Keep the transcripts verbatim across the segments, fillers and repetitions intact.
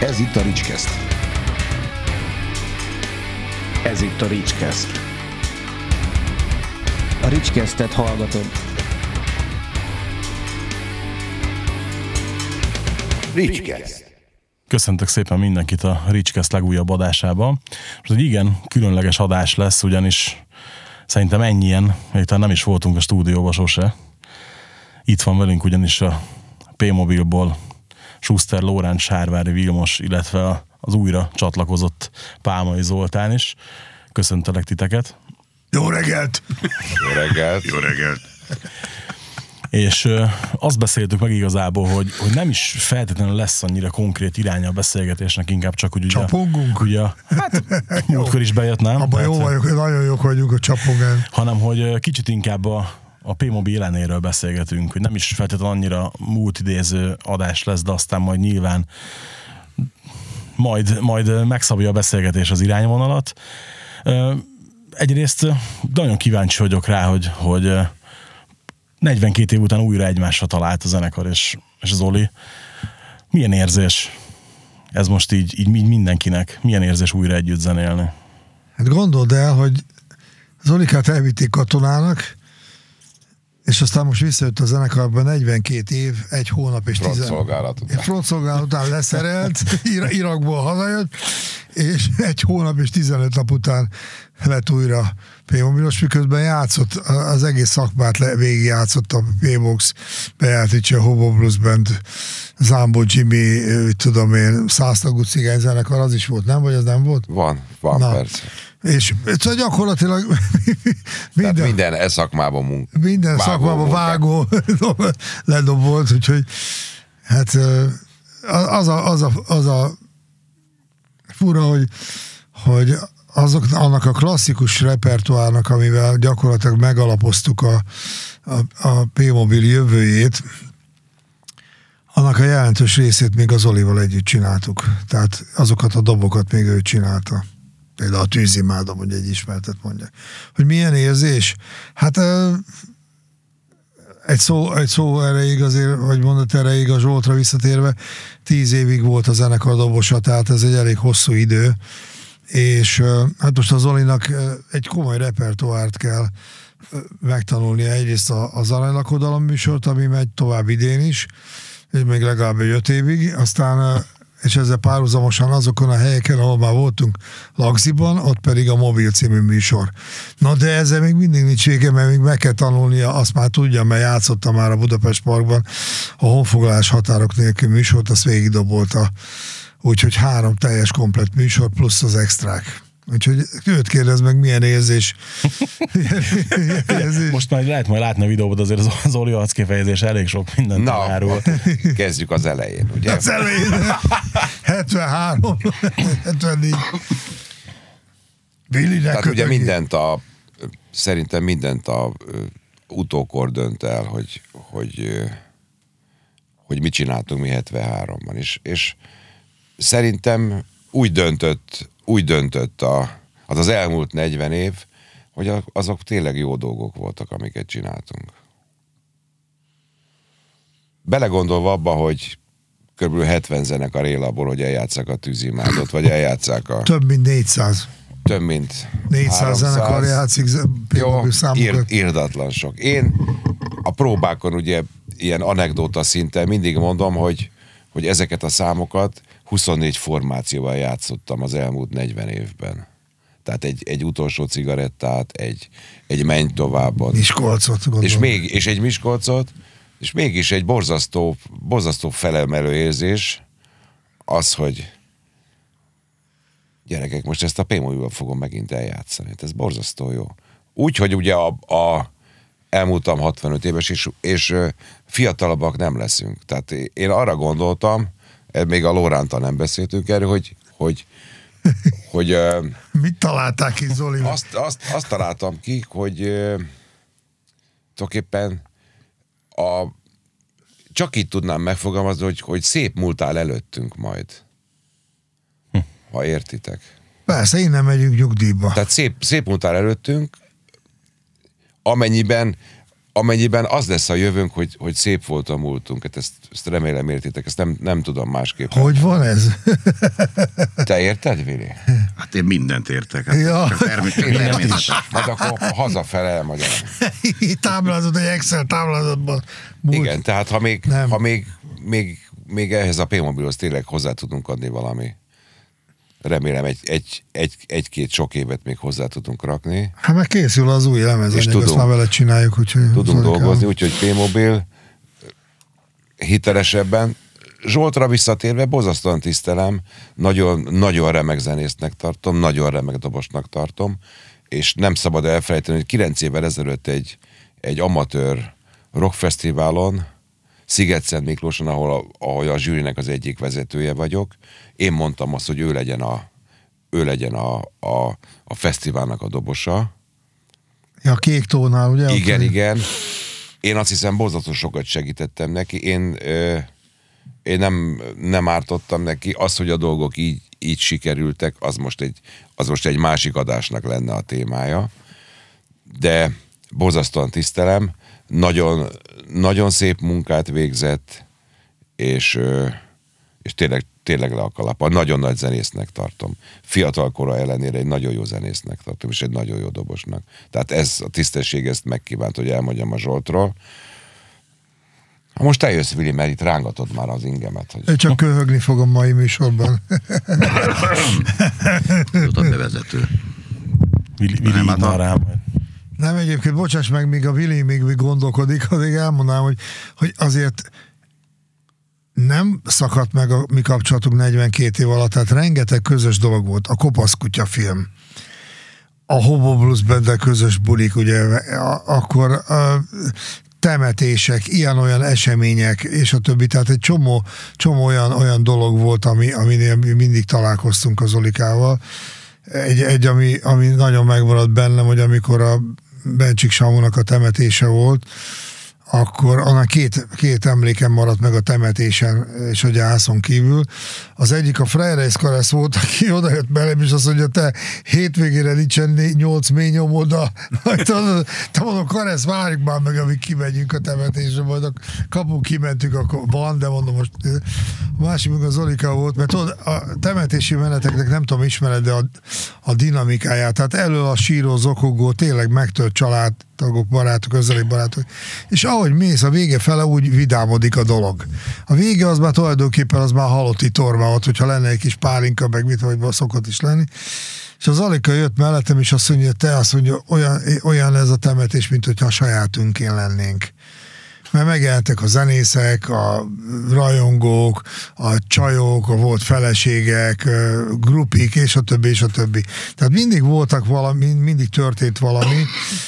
Ez itt a Ricskeszt. Ez itt a Ricskeszt. A Ricskesztet hallgatod. Ricskeszt. Köszöntök szépen mindenkit a Ricskeszt legújabb adásában. Most egy igen különleges adás lesz, ugyanis szerintem ennyien, miután nem is voltunk a stúdióban sose. Itt van velünk ugyanis a P-Mobilból Schuster Lóránt, Sárvári Vilmos, illetve az újra csatlakozott Pálmai Zoltán is. Köszöntelek titeket. Jó reggelt! Jó reggelt! Jó reggelt! És ö, azt beszéltük meg igazából, hogy, hogy nem is feltétlenül lesz annyira konkrét iránya a beszélgetésnek, inkább csak úgy ugye... Csapongunk? Ugye, hát múltkor is bejött, nem? Abban jó vagyok, nagyon jók vagyunk a csapongán. Hanem, hogy kicsit inkább a, a P-Mobil jelenéről beszélgetünk, hogy nem is feltétlenül annyira múltidéző adás lesz, de aztán majd nyilván majd, majd megszabja a beszélgetés az irányvonalat. Egyrészt nagyon kíváncsi vagyok rá, hogy, hogy negyvenkét év után újra egymásra talált a zenekar és, és Zoli. Milyen érzés ez most így, így mindenkinek? Milyen érzés újra együtt zenélni? Hát gondold el, hogy Zolikát elvitték katonának, és aztán most visszajött a zenekarban negyvenkét év, egy hónap és tizen... Frontszolgálat után. Frontszolgálat után leszerelt, Irakból hazajött, és egy hónap és tizenöt nap után lett újra P-Mobilos, miközben játszott, az egész szakmát végig játszott a P-Box, Beatrice, a Hobo Blues Band, Zámbó Jimmy, tudom én, száztagú cigány zenekar, az is volt, nem? Vagy az nem volt? Van, van, Na. persze. És szóval gyakorlatilag minden, minden e szakmában munka. minden vágó szakmában vágó ledobolt, úgyhogy hát az a, az a, az a fura, hogy, hogy azok, annak a klasszikus repertoárnak, amivel gyakorlatilag megalapoztuk a, a, a P-Mobil jövőjét, annak a jelentős részét még az Olival együtt csináltuk. Tehát azokat a dobokat még ő csinálta. Például a Tűzimádom, hogy egy ismertet mondja. Hogy milyen érzés? Hát egy szó, egy szó erejéig azért, vagy mondat erejéig a Zsoltra visszatérve, tíz évig volt a zenekar dobosa, tehát ez egy elég hosszú idő, és hát most az Zolinak egy komoly repertoárt kell megtanulnia. Egyrészt az Aranylakodalom műsort, ami megy tovább idén is, és még legalább egy öt évig, aztán és ezzel párhuzamosan azokon a helyeken, ahol már voltunk Lagziban, ott pedig a Mobil című műsor. Na de ezzel még mindig nincs vége, mert még meg kell tanulnia, azt már tudja, mert játszotta már a Budapest Parkban a Honfoglalás határok nélkül műsort, azt végigdobolta. Úgyhogy három teljes komplett műsor, plusz az extrák. Úgyhogy őt kérdez meg, milyen érzés. milyen, milyen érzés. Most már lehet majd látni a videóban, azért az Oli arckifejezés elég sok mindent Na, árul. kezdjük az elején, ugye? Az elején hetvenhárom hetvennégy Billinek Tehát ugye köpögi. mindent a, szerintem mindent a utókor dönt el, hogy, hogy, hogy mit csináltunk mi hetvenháromban is. És szerintem úgy döntött, úgy döntött a, az az elmúlt negyven év, hogy azok tényleg jó dolgok voltak, amiket csináltunk. Belegondolva abba, hogy kb. hetven zenekar él abból, hogy eljátsszák a Tűzimádot, vagy eljátsszák a... Több mint négyszáz. Több mint négyszáz zenekar játszik jó, számokat. ír, irdatlan sok. Én a próbákon ugye ilyen anekdóta szinten mindig mondom, hogy, hogy ezeket a számokat huszonnégy formációval játszottam az elmúlt negyven évben. Tehát egy, egy utolsó cigarettát, egy, egy menj továbbot. Miskolcot, gondolom. És, még, és egy Miskolcot, és mégis egy borzasztó, borzasztó felemelő érzés az, hogy gyerekek, most ezt a P-Mobilban fogom megint eljátszani. Hát ez borzasztó jó. Úgy, hogy ugye a, a elmúltam hatvanöt éves, és, és fiatalabbak nem leszünk. Tehát én arra gondoltam, még a Lórántal nem beszéltünk erről, hogy, hogy, hogy mit találták ki, Zoli? Azt, azt, azt találtam ki, hogy tulajdonképpen a, csak így tudnám megfogalmazni, hogy, hogy szép múltál előttünk majd. Ha értitek. Persze, innen megyünk nyugdíjba. Tehát szép, szép múltál előttünk, amennyiben amennyiben az lesz a jövőnk, hogy, hogy szép volt a múltunk, hát ezt, ezt remélem értitek, ezt nem, nem tudom másképp. Hogy van ez? Te érted, Vili? Hát én mindent értek. Hát Ja. csak természetes. Majd akkor hazafele elmagyarom. Táblázat, egy Excel táblázatban. Múlt. Igen, tehát ha még, Nem. ha még, még, még ehhez a P-mobilhoz tényleg hozzá tudunk adni valami, remélem egy, egy, egy, egy-két sok évet még hozzá tudunk rakni. Hát meg készül az új lemez, És azt tudunk- már vele csináljuk, úgyhogy... Tudunk Zolikám. dolgozni, úgyhogy P-mobil hitelesebben. Zsoltra visszatérve, borzasztóan tisztelem, nagyon, nagyon remek zenésznek tartom, nagyon remek dobosnak tartom, és nem szabad elfelejteni, hogy kilenc évvel ezelőtt egy, egy amatőr rockfesztiválon, Sziget-Szent Miklóson, ahol a, ahol a zsűrinek az egyik vezetője vagyok, én mondtam azt, hogy ő legyen a, ő legyen a, a, a fesztiválnak a dobosa. Ja, a Kék tónál, ugye? Igen, Ott- igen. Én azt hiszem, borzasztóan sokat segítettem neki. Én, ö, én nem, nem ártottam neki. Az, hogy a dolgok így, így sikerültek, az most, egy, az most egy másik adásnak lenne a témája. De borzasztóan tisztelem. Nagyon, nagyon szép munkát végzett, és, ö, és tényleg, tényleg le a kalappa. Nagyon nagy zenésznek tartom. Fiatal kora ellenére egy nagyon jó zenésznek tartom, és egy nagyon jó dobosnak. Tehát ez a tisztesség ezt megkívánt, hogy elmondjam a Zsoltról. Ha most eljössz, Vili, mert itt rángatod már az ingemet. Hogy... Én csak köhögni fogom mai műsorban. Ott a bevezető. Vili, Vili Nem, hát írna a- rám. Nem, egyébként, bocsáss meg, még a Vili még, még gondolkodik, addig elmondanám, hogy, hogy azért nem szakadt meg a mi kapcsolatunk negyvenkét év alatt, tehát rengeteg közös dolog volt. A Kopaszkutya film, a Hobo Blues Band-del közös bulik, ugye, a, akkor a temetések, ilyen-olyan események, és a többi, tehát egy csomó, csomó olyan, olyan dolog volt, ami, aminél mi mindig találkoztunk az Zolikával. Egy, egy ami, ami nagyon megmaradt bennem, hogy amikor a Bencsik Samónak a temetése volt, akkor annak két, két emlékem maradt meg a temetésen és a gyászon kívül. Az egyik a Freire Karesz volt, aki odajött belém, és azt mondja, te hétvégére nincsen né- nyolc mély nyomod a... Te mondom, Karesz, várjuk már meg, amíg kimegyünk a temetésre, majd a kapunk kimentünk, akkor van, de mondom most... A másik meg a Zolika volt, mert tudod, a temetési meneteknek nem tudom, ismered, de a, a dinamikáját, tehát elől a síró, zokogó, tényleg megtört családtagok, barátok, közeli barátok, és ahogy mész a vége fele, úgy vidámodik a dolog. A vége az már tulajdonképpen az már halotti torma volt, hogyha lenne egy kis pálinka, meg mit, vagy szokott is lenni. És az Alika jött mellettem, és azt mondja, te azt mondja, olyan, olyan ez a temetés, mint hogyha a sajátunkén lennénk. Mert megjelentek a zenészek, a rajongók, a csajok, a volt feleségek, grupik, és a többi, és a többi. Tehát mindig voltak valami, mindig történt valami.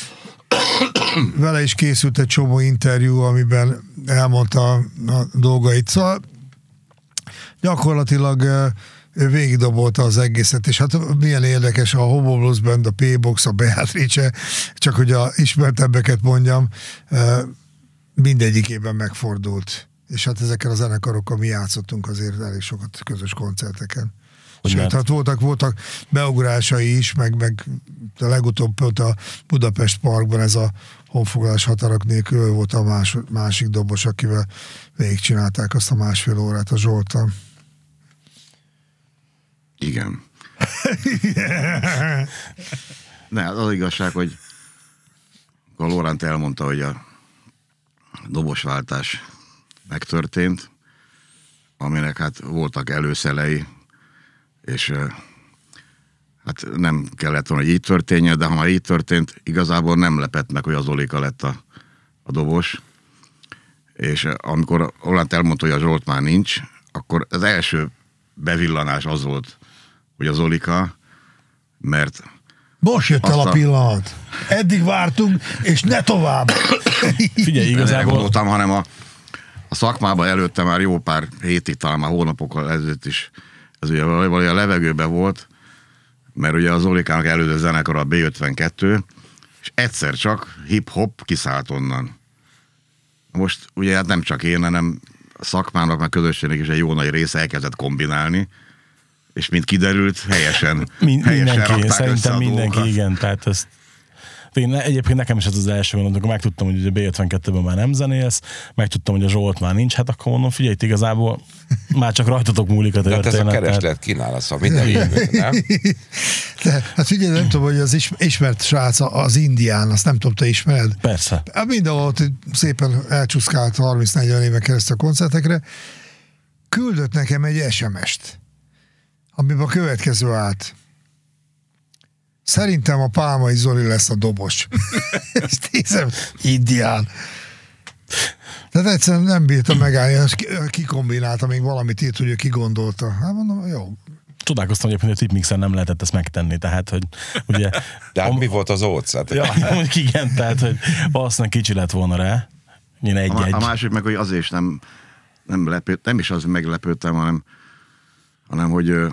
Vele is készült egy csomó interjú, amiben elmondta a dolgait. Szóval gyakorlatilag ő végigdobolta az egészet, és hát milyen érdekes a Hobo Blues Band, a P-Box, a Beatrice, csak hogy a ismertebbeket mondjam, mindegyikében megfordult. És hát ezekkel a zenekarokkal mi játszottunk azért elég sokat közös koncerteken. Sőt, hát voltak, voltak beugrásai is, meg, meg a legutóbb pont a Budapest Parkban ez a honfoglalás határok nélkül volt a más, másik dobos, akivel végigcsinálták azt a másfél órát a Zsolttal. Igen. Ne, az igazság, hogy a Lóránt elmondta, hogy a dobosváltás megtörtént, aminek hát voltak előszelei, és hát nem kellett volna, hogy így történjen, de ha már így történt, igazából nem lepett meg, hogy az Zolika lett a, a dobos. És amikor Roland elmondta, hogy a Zsolt már nincs, akkor az első bevillanás az volt, hogy az Zolika, mert... Most jött el Azt a a- pillanat. Eddig vártunk, és ne tovább. Figyelj, Nem igazából... gondoltam, hanem a, a szakmában előtte már jó pár hétig, talán már hónapokkal ezelőtt is, ez ugye valahogy a levegőben volt, mert ugye az Zolikának elődő zenekar a bé ötvenkettő, és egyszer csak hip-hop kiszállt onnan. Most ugye hát nem csak én, hanem a szakmának, meg közösségnek is egy jó nagy része elkezdett kombinálni, és mint kiderült, helyesen, Min- helyesen mindenki, rakták össze szerintem a mindenki, dolgokat. igen, tehát ezt Én egyébként nekem is ez az első gondolat, amikor megtudtam, hogy ugye bé ötvenkettőben már nem zenélsz, megtudtam, hogy a Zsolt már nincs, hát akkor mondom, figyelj, igazából már csak rajtatok múlik a történet. Tehát ez a kereslet kínálat, szóval minden így, nem? De, hát figyelj, nem tudom, hogy az ismert srác az Indián, azt nem tudom, te ismered? Persze. Hát mindenhol ott szépen elcsúszkált harminc-negyven éve keresztül a koncertekre, küldött nekem egy es em est, amiben a következő állt. Szerintem a Pálmai Zoli lesz a dobos. Ezt hiszem, Indián. Tehát egyszerűen nem bírtam megállni, és kikombinálta, még valamit írt, hogy ő kigondolta. Hát mondom, jó. Csodálkoztam, hogy a tipmixen nem lehetett ezt megtenni, tehát, hogy ugye... De hát mi volt az ócát? Ja, mondjuk igen, tehát, hogy valószínűleg kicsi lett volna rá. Én egy-egy. A, a másik meg, hogy azért is nem, nem, lepőd, nem is az meglepődtem, hanem, hanem hogy ö,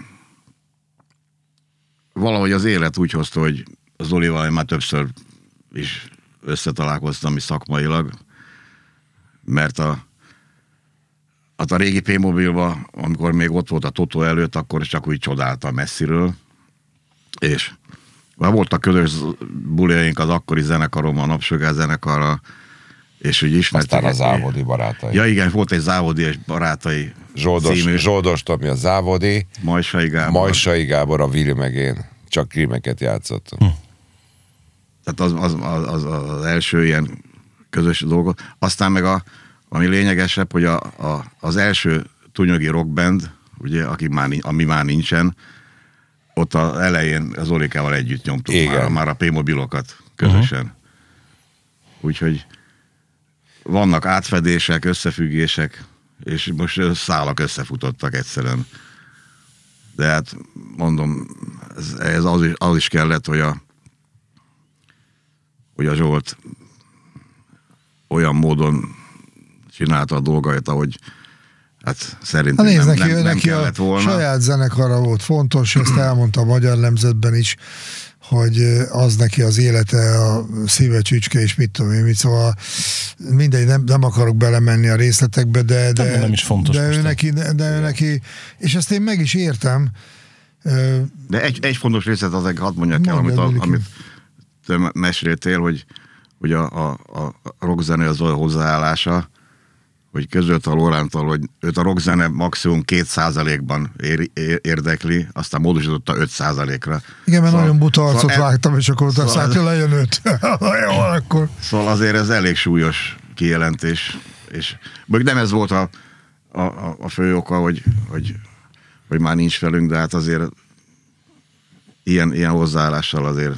valahogy az élet úgy hozta, hogy az Zolival én már többször is összetalálkoztam is szakmailag, mert a, hát a régi P-mobilban, amikor még ott volt a Totó előtt, akkor csak úgy csodáltam messziről, és már voltak közös buliaink az akkori zenekarommal, a Napsugár zenekarra, és úgy ismertek. Aztán a Závodi barátai. Ja igen, volt egy Závodi és barátai Zsoldos, című. Zsoldos Tomi a Závodi, Majsai Gábor. Majsai Gábor a Vilmegén. Csak krímeket játszottunk. Hm. Tehát az, az, az, az, az első ilyen közös dolgot. Aztán meg a, ami lényegesebb, hogy a, a, az első tunyogi rockband, ugye, aki már, ami már nincsen, ott az elején az Zolikával együtt nyomtuk már, már a P-mobilokat közösen. Uh-huh. Úgyhogy vannak átfedések, összefüggések, és most szálak összefutottak egyszerűen. De hát mondom, ez, ez az, is, az is kellett, hogy a, hogy a Zsolt olyan módon csinálta a dolgait, ahogy hát szerintem hát nézd, nem, neki, nem, nem neki kellett a volna. Saját zenekarra volt fontos, ezt elmondta a Magyar Nemzetben is, hogy az neki az élete, a szíve csücske, és mit tudom én, mit, szóval mindegy, nem, nem akarok belemenni a részletekbe, de, de, nem is fontos de, ő most neki, de, de ő neki, és ezt én meg is értem. De egy, egy fontos részlet azért hadd mondjak el, amit, a, amit te meséltél, hogy, hogy a, a, a rockzene az olyan hozzáállása, hogy közölt a Lorántal, hogy őt a rockzene maximum két százalékban ér, ér, érdekli, aztán módosította öt százalékra. Igen, mert szóval, nagyon buta arcot szóval vágtam, és akkor utána szóval, szóval lejön öt. Jó, akkor. Szóval azért ez elég súlyos kijelentés, és még nem ez volt a, a, a fő oka, hogy, hogy, hogy már nincs velünk, de hát azért ilyen, ilyen hozzáállással azért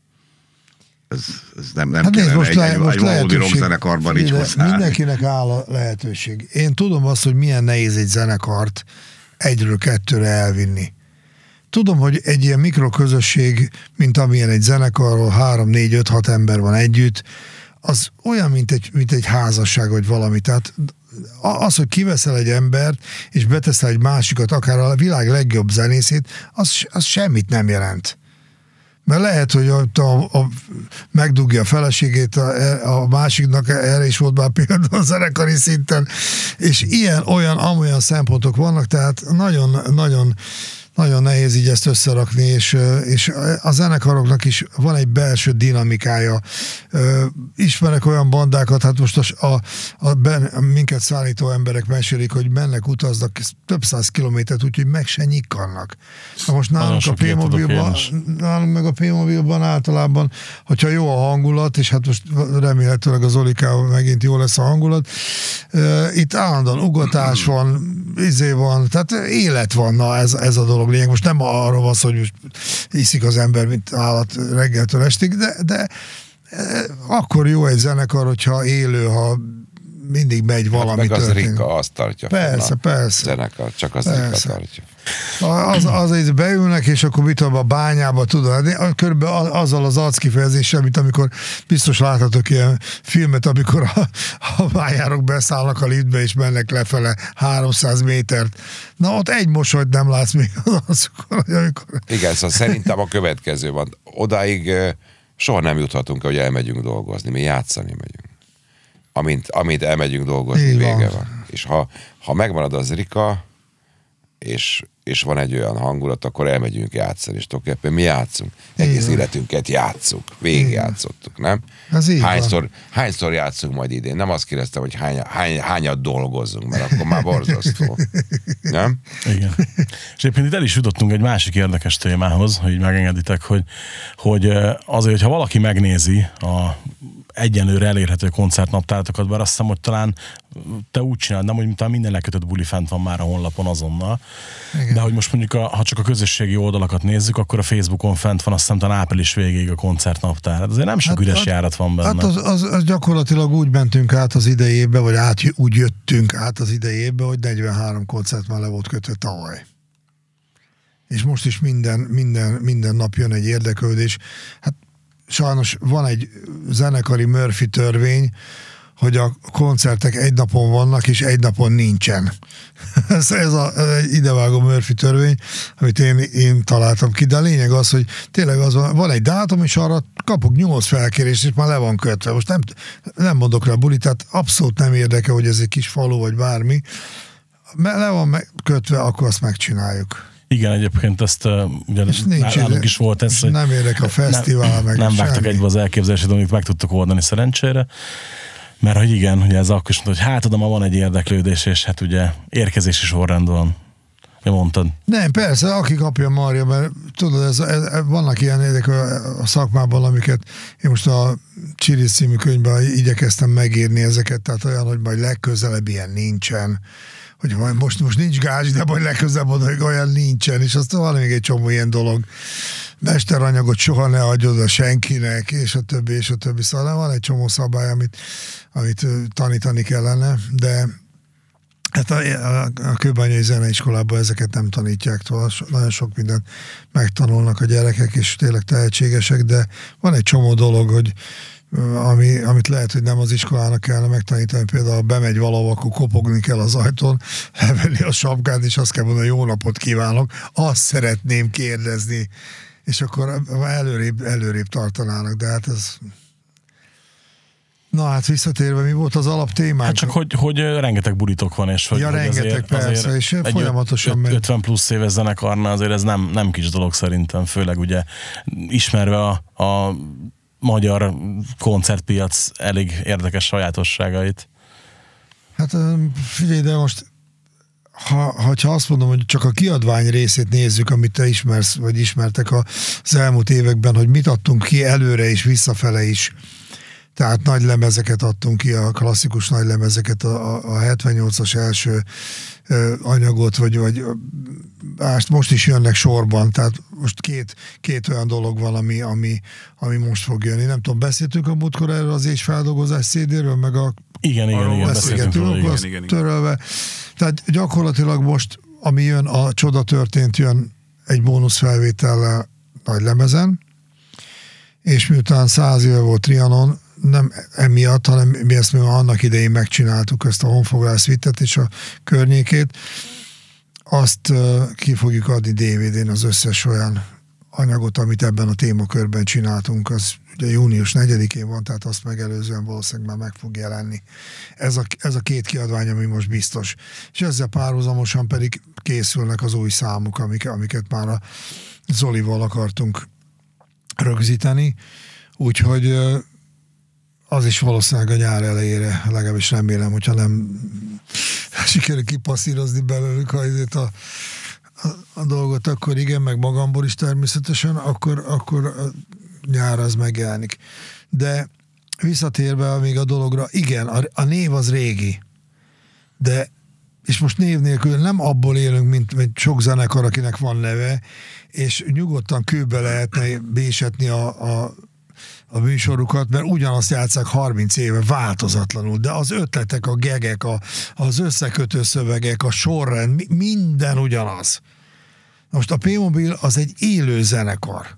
ez, ez nem, nem hát kellene most egy, le, egy, most egy valódi rockzenekarban így hozzáállni. Mindenkinek áll a lehetőség. Én tudom azt, hogy milyen nehéz egy zenekart egyről kettőre elvinni. Tudom, hogy egy ilyen mikroközösség, mint amilyen egy zenekar, ahol három, négy, öt, hat ember van együtt, az olyan, mint egy, mint egy házasság, vagy valami. Tehát az, hogy kiveszel egy embert, és beteszel egy másikat, akár a világ legjobb zenészét, az, az semmit nem jelent. Mert lehet, hogy a, a, a, megdugja a feleségét, a, a másiknak erre is volt már például a zenekari szinten, és ilyen, olyan, amolyan szempontok vannak, tehát nagyon, nagyon nagyon nehéz így ezt összerakni, és, és a zenekaroknak is van egy belső dinamikája. Ismerek olyan bandákat, hát most a, a, a, ben, a minket szállító emberek mesélik, hogy mennek, utaznak több száz kilométert, úgyhogy meg se nyikkannak. Na most nálunk a P-mobilban, nálunk meg a P-mobilban általában, hogyha jó a hangulat, és hát most remélhetőleg az Zolikával megint jó lesz a hangulat, itt állandóan ugatás van, izé van, tehát élet van, na ez, ez a dolog lényeg. Most nem arról van szó, hogy most iszik az ember, mint állat reggeltől estig, de, de akkor jó egy zenekar, hogyha élő, ha mindig megy valami hát meg az történik. Rika azt tartja. Persze, persze. Zenekar, csak az persze. Rika tartja. Az, az, az beülnek, és akkor mit tudom, a bányába, tudod, körülbelül azzal az arckifejezéssel, mint amikor biztos láthatok ilyen filmet, amikor a, a bányárok beszállnak a liftbe, és mennek lefele háromszáz métert. Na, ott egy mosolyt nem látsz még azokon, amikor... Igen, szóval szerintem a következő van. Odáig soha nem juthatunk, hogy elmegyünk dolgozni, mi játszani megyünk. Amint, amint elmegyünk dolgozni, így vége van. van. És ha, ha megmarad az Rika, és, és van egy olyan hangulat, akkor elmegyünk játszani, és tulajdonképpen mi játszunk. Egész Igen. életünket játszunk. Végigjátszottuk, nem? Hányszor, hányszor játszunk majd idén? Nem azt kérdeztem, hogy hány, hány, hányat dolgozzunk, mert akkor már borzasztó. Nem? Igen. És éppen itt el is jutottunk egy másik érdekes témához, hogy így megengeditek, hogy, hogy azért, hogyha valaki megnézi a egyenlőre elérhető koncertnaptáratokat, bár azt hiszem, hogy talán te úgy csinálod, nem, hogy mintha minden lekötött buli fent van már a honlapon azonnal. Igen. De hogy most mondjuk, a, ha csak a közösségi oldalakat nézzük, akkor a Facebookon fent van azt hiszem talán április végéig a koncertnaptár. Hát azért nem sok hát, üres hát, járat van benne. Hát az, az, az gyakorlatilag úgy mentünk át az idejébe, vagy át, úgy jöttünk át az idejébe, hogy negyvenhárom koncert már le volt kötve tavaly. És most is minden, minden, minden nap jön egy érdeklődés. Hát sajnos van egy zenekari Murphy törvény, hogy a koncertek egy napon vannak, és egy napon nincsen. ez, ez a egy idevágó Murphy törvény, amit én, én találtam ki, de a lényeg az, hogy tényleg az van, van egy dátum, és arra kapok nyolc felkérést, és már le van kötve. Most nem, nem mondok rá bulit, tehát abszolút nem érdekel, hogy ez egy kis falu, vagy bármi. Le van kötve, akkor azt megcsináljuk. Igen, egyébként ezt ugye nálunk is volt ez, hogy nem érdekel a fesztivál, nem, meg nem vágtak egybe az elképzelését, amit meg tudtuk oldani szerencsére. Mert hogy igen, ugye ez akkor is mondta, hogy hát oda ma van egy érdeklődés, és hát ugye érkezési sorrend van. Ja, mondtad. Nem, persze, aki kapja marja, mert tudod, ez, ez, vannak ilyen érdekek a szakmában, amiket én most a Csirisz című könyvben igyekeztem megírni ezeket, tehát olyan, hogy majd legközelebb ilyen nincsen, hogy most, most nincs gázs, de majd legközelebb oda, hogy olyan nincsen, és aztán van még egy csomó ilyen dolog. Mesteranyagot soha ne adjod a senkinek, és a többi, és a többi. Szóval van egy csomó szabály, amit, amit tanítani kellene, de hát a, a, a Kőbányai Zeneiskolában ezeket nem tanítják tovább. Nagyon sok mindent megtanulnak a gyerekek, és tényleg tehetségesek, de van egy csomó dolog, hogy Ami, amit lehet, hogy nem az iskolának kellene megtanítani, például bemegy valahol, akkor kopogni kell az ajtón, levenni a sapkát, és azt kell mondani, jó napot kívánok, azt szeretném kérdezni, és akkor előrébb, előrébb tartanának, de hát ez... Na hát visszatérve, mi volt az alaptémánk? Hát csak, hogy, hogy rengeteg bulitok van, és hogy, ja, hogy rengeteg, azért, persze, azért és folyamatosan megy. ötven plusz éves zenekarnál azért ez nem, nem kis dolog szerintem, főleg ugye ismerve a, a magyar koncertpiac elég érdekes sajátosságait. Hát figyelj, de most ha, ha azt mondom, hogy csak a kiadvány részét nézzük, amit te ismersz, vagy ismertek az elmúlt években, hogy mit adtunk ki előre és visszafele is. Tehát nagy lemezeket adtunk ki, a klasszikus nagy lemezeket, a, a hetvennyolcas első ö, anyagot, vagy, vagy ást most is jönnek sorban, tehát most két, két olyan dolog van, ami, ami, ami most fog jönni. Nem tudom, beszéltünk a múltkor erről az ésfeldolgozás cé dé-ről, meg a igen, igen, igen, beszélgetünk, igen, igen, igen. Törölve. Tehát gyakorlatilag most, ami jön, a Csoda történt, jön egy bónusz felvétellel nagy lemezen, és miután száz éve volt Trianon, nem emiatt, hanem mi ezt mi annak idején megcsináltuk, ezt a honfoglalás vittet és a környékét, azt uh, ki fogjuk adni dé vé dén az összes olyan anyagot, amit ebben a témakörben csináltunk, az ugye június negyedikén van, tehát azt megelőzően valószínűleg már meg fog jelenni. Ez a, ez a két kiadvány, ami most biztos. És ezzel párhuzamosan pedig készülnek az új számok, amik, amiket már a Zolival akartunk rögzíteni, úgyhogy az is valószínűleg a nyár elejére, legalábbis remélem, hogyha nem sikerül kipasszírozni belőlük a, a, a, a dolgot, akkor igen, meg magamból is természetesen, akkor, akkor a nyár az megjelenik. De visszatérve még a dologra, igen, a, a név az régi, de és most név nélkül nem abból élünk, mint, mint sok zenekar, akinek van neve, és nyugodtan kőbe lehetne bésetni a, a a műsorukat, mert ugyanazt játsszák harminc éve változatlanul, de az ötletek, a gegek, a, az összekötő szövegek, a sorrend, mi, minden ugyanaz. Most a P-Mobil az egy élő zenekar.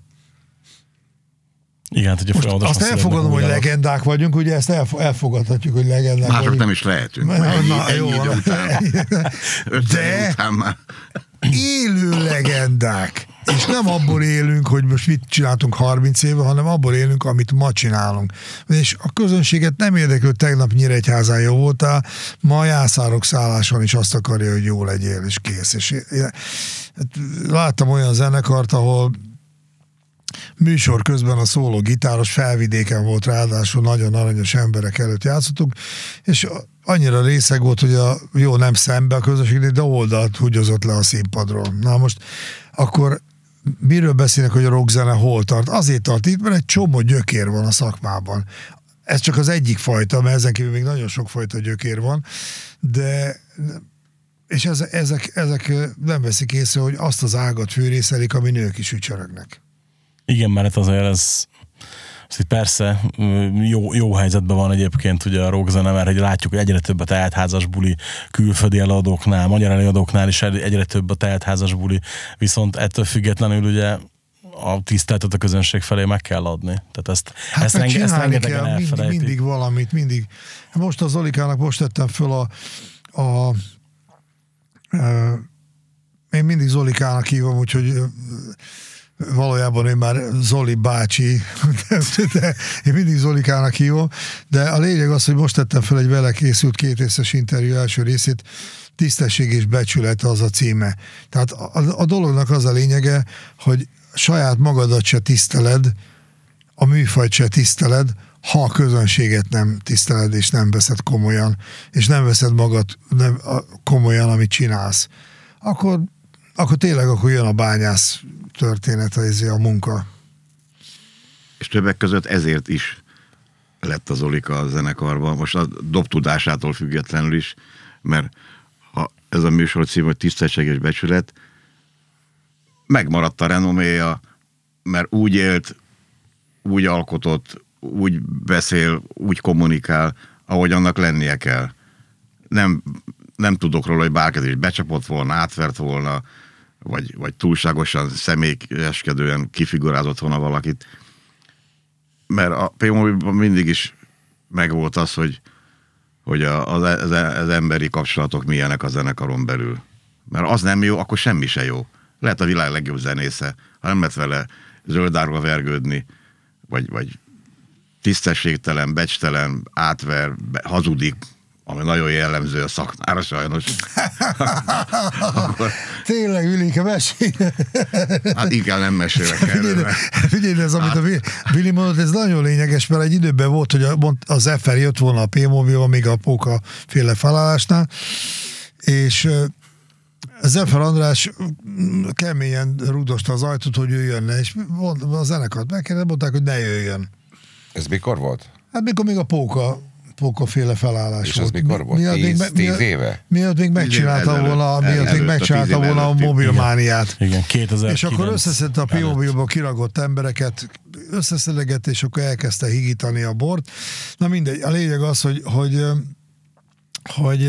Igen, hogy most azt elfogadom, hogy legendák vagyunk, ugye ezt elfogadhatjuk, hogy legendák Mások vagyunk. nem is lehetünk. Na, ennyi, na, ennyi jó, idő után. De után már. élő legendák. És nem abból élünk, hogy most mit csináltunk harminc éve, hanem abból élünk, amit ma csinálunk. És a közönséget nem érdekel, hogy tegnap Nyíregyházán jó voltál, ma a Jászárok szálláson is azt akarja, hogy jó legyél, és kész. És én, láttam olyan zenekart, ahol műsor közben a szóló gitáros felvidéken volt, ráadásul nagyon aranyos emberek előtt játszottunk, és annyira részeg volt, hogy a, jó, nem szembe a közönség, de oldalt húgyozott le a színpadról. Na most akkor miről beszélnek, hogy a rockzene hol tart? Azért tart itt, mert egy csomó gyökér van a szakmában. Ez csak az egyik fajta, mert ezen kívül még nagyon sok fajta gyökér van, de és ezek, ezek nem veszik észre, hogy azt az ágat fűrészelik, ami nők is ücsörögnek. Igen, mert azért ez, ez persze jó, jó helyzetben van egyébként ugye a rockzene, mert hogy látjuk, hogy egyre több a teltházas buli külföldi előadóknál, magyar előadóknál is egyre több a teltházas buli, viszont ettől függetlenül ugye a tiszteletet a közönség felé meg kell adni. Tehát ezt, hát ezt, renge, ezt rengetegen kell, mindig, mindig valamit, mindig. Most az Zolikának most tettem föl a, a, a, a én mindig Zolikának hívom, úgyhogy valójában ő már Zoli bácsi, de, de én mindig Zolikának hívom, de a lényeg az, hogy most tettem fel egy vele készült két részes interjú első részét, tisztesség és becsület az a címe. Tehát a, a dolognak az a lényege, hogy saját magadat se tiszteled, a műfajt se tiszteled, ha a közönséget nem tiszteled, és nem veszed komolyan, és nem veszed magad nem, komolyan, amit csinálsz. Akkor, akkor tényleg akkor jön a bányász történet, a munka. És többek között ezért is lett az Zolika a zenekarban, most a dobtudásától függetlenül is, mert ha ez a műsor cím, hogy tisztesség és becsület, megmaradt a renoméja, mert úgy élt, úgy alkotott, úgy beszél, úgy kommunikál, ahogy annak lennie kell. Nem, nem tudok róla, hogy bárki is becsapott volna, átvert volna, vagy, vagy túlságosan személyeskedően kifigurázott volna valakit. Mert a P-Mobilban mindig is megvolt az, hogy, hogy a, az, az, az emberi kapcsolatok milyenek a zenekaron belül. Mert az nem jó, akkor semmi se jó. Lehet a világ legjobb zenésze, ha nem lehet vele zöldárva vergődni, vagy, vagy tisztességtelen, becstelen, átver, be, hazudik, ami nagyon jellemző a szakmára sajnos. Akkor... Tényleg, Vilike, mesélj! Hát inkább nem mesélek erről. Figyelj, ez, amit hát... a Vili mondott, ez nagyon lényeges, mert egy időben volt, hogy az ef er jött volna a P-Mobilba, még a Póka féle felállásnál, és Zefer András keményen rúdosta az ajtót, hogy ő jönne, és a zenekart megkérdezte, mondták, hogy ne jöjjön. Ez mikor volt? Hát mikor még a Póka, Póka féle felállás és volt. És ez mikor volt? Miatt tíz, még, tíz éve? Miatt még megcsinálta volna, miatt még megcsinálta volna a mobilmániát. Igen, kétezer-kilenc. És akkor összeszedte a P-Mobilból kiragott embereket, összeszedegette, és akkor elkezdte higítani a bort. Na mindegy, a lényeg az, hogy hogy, hogy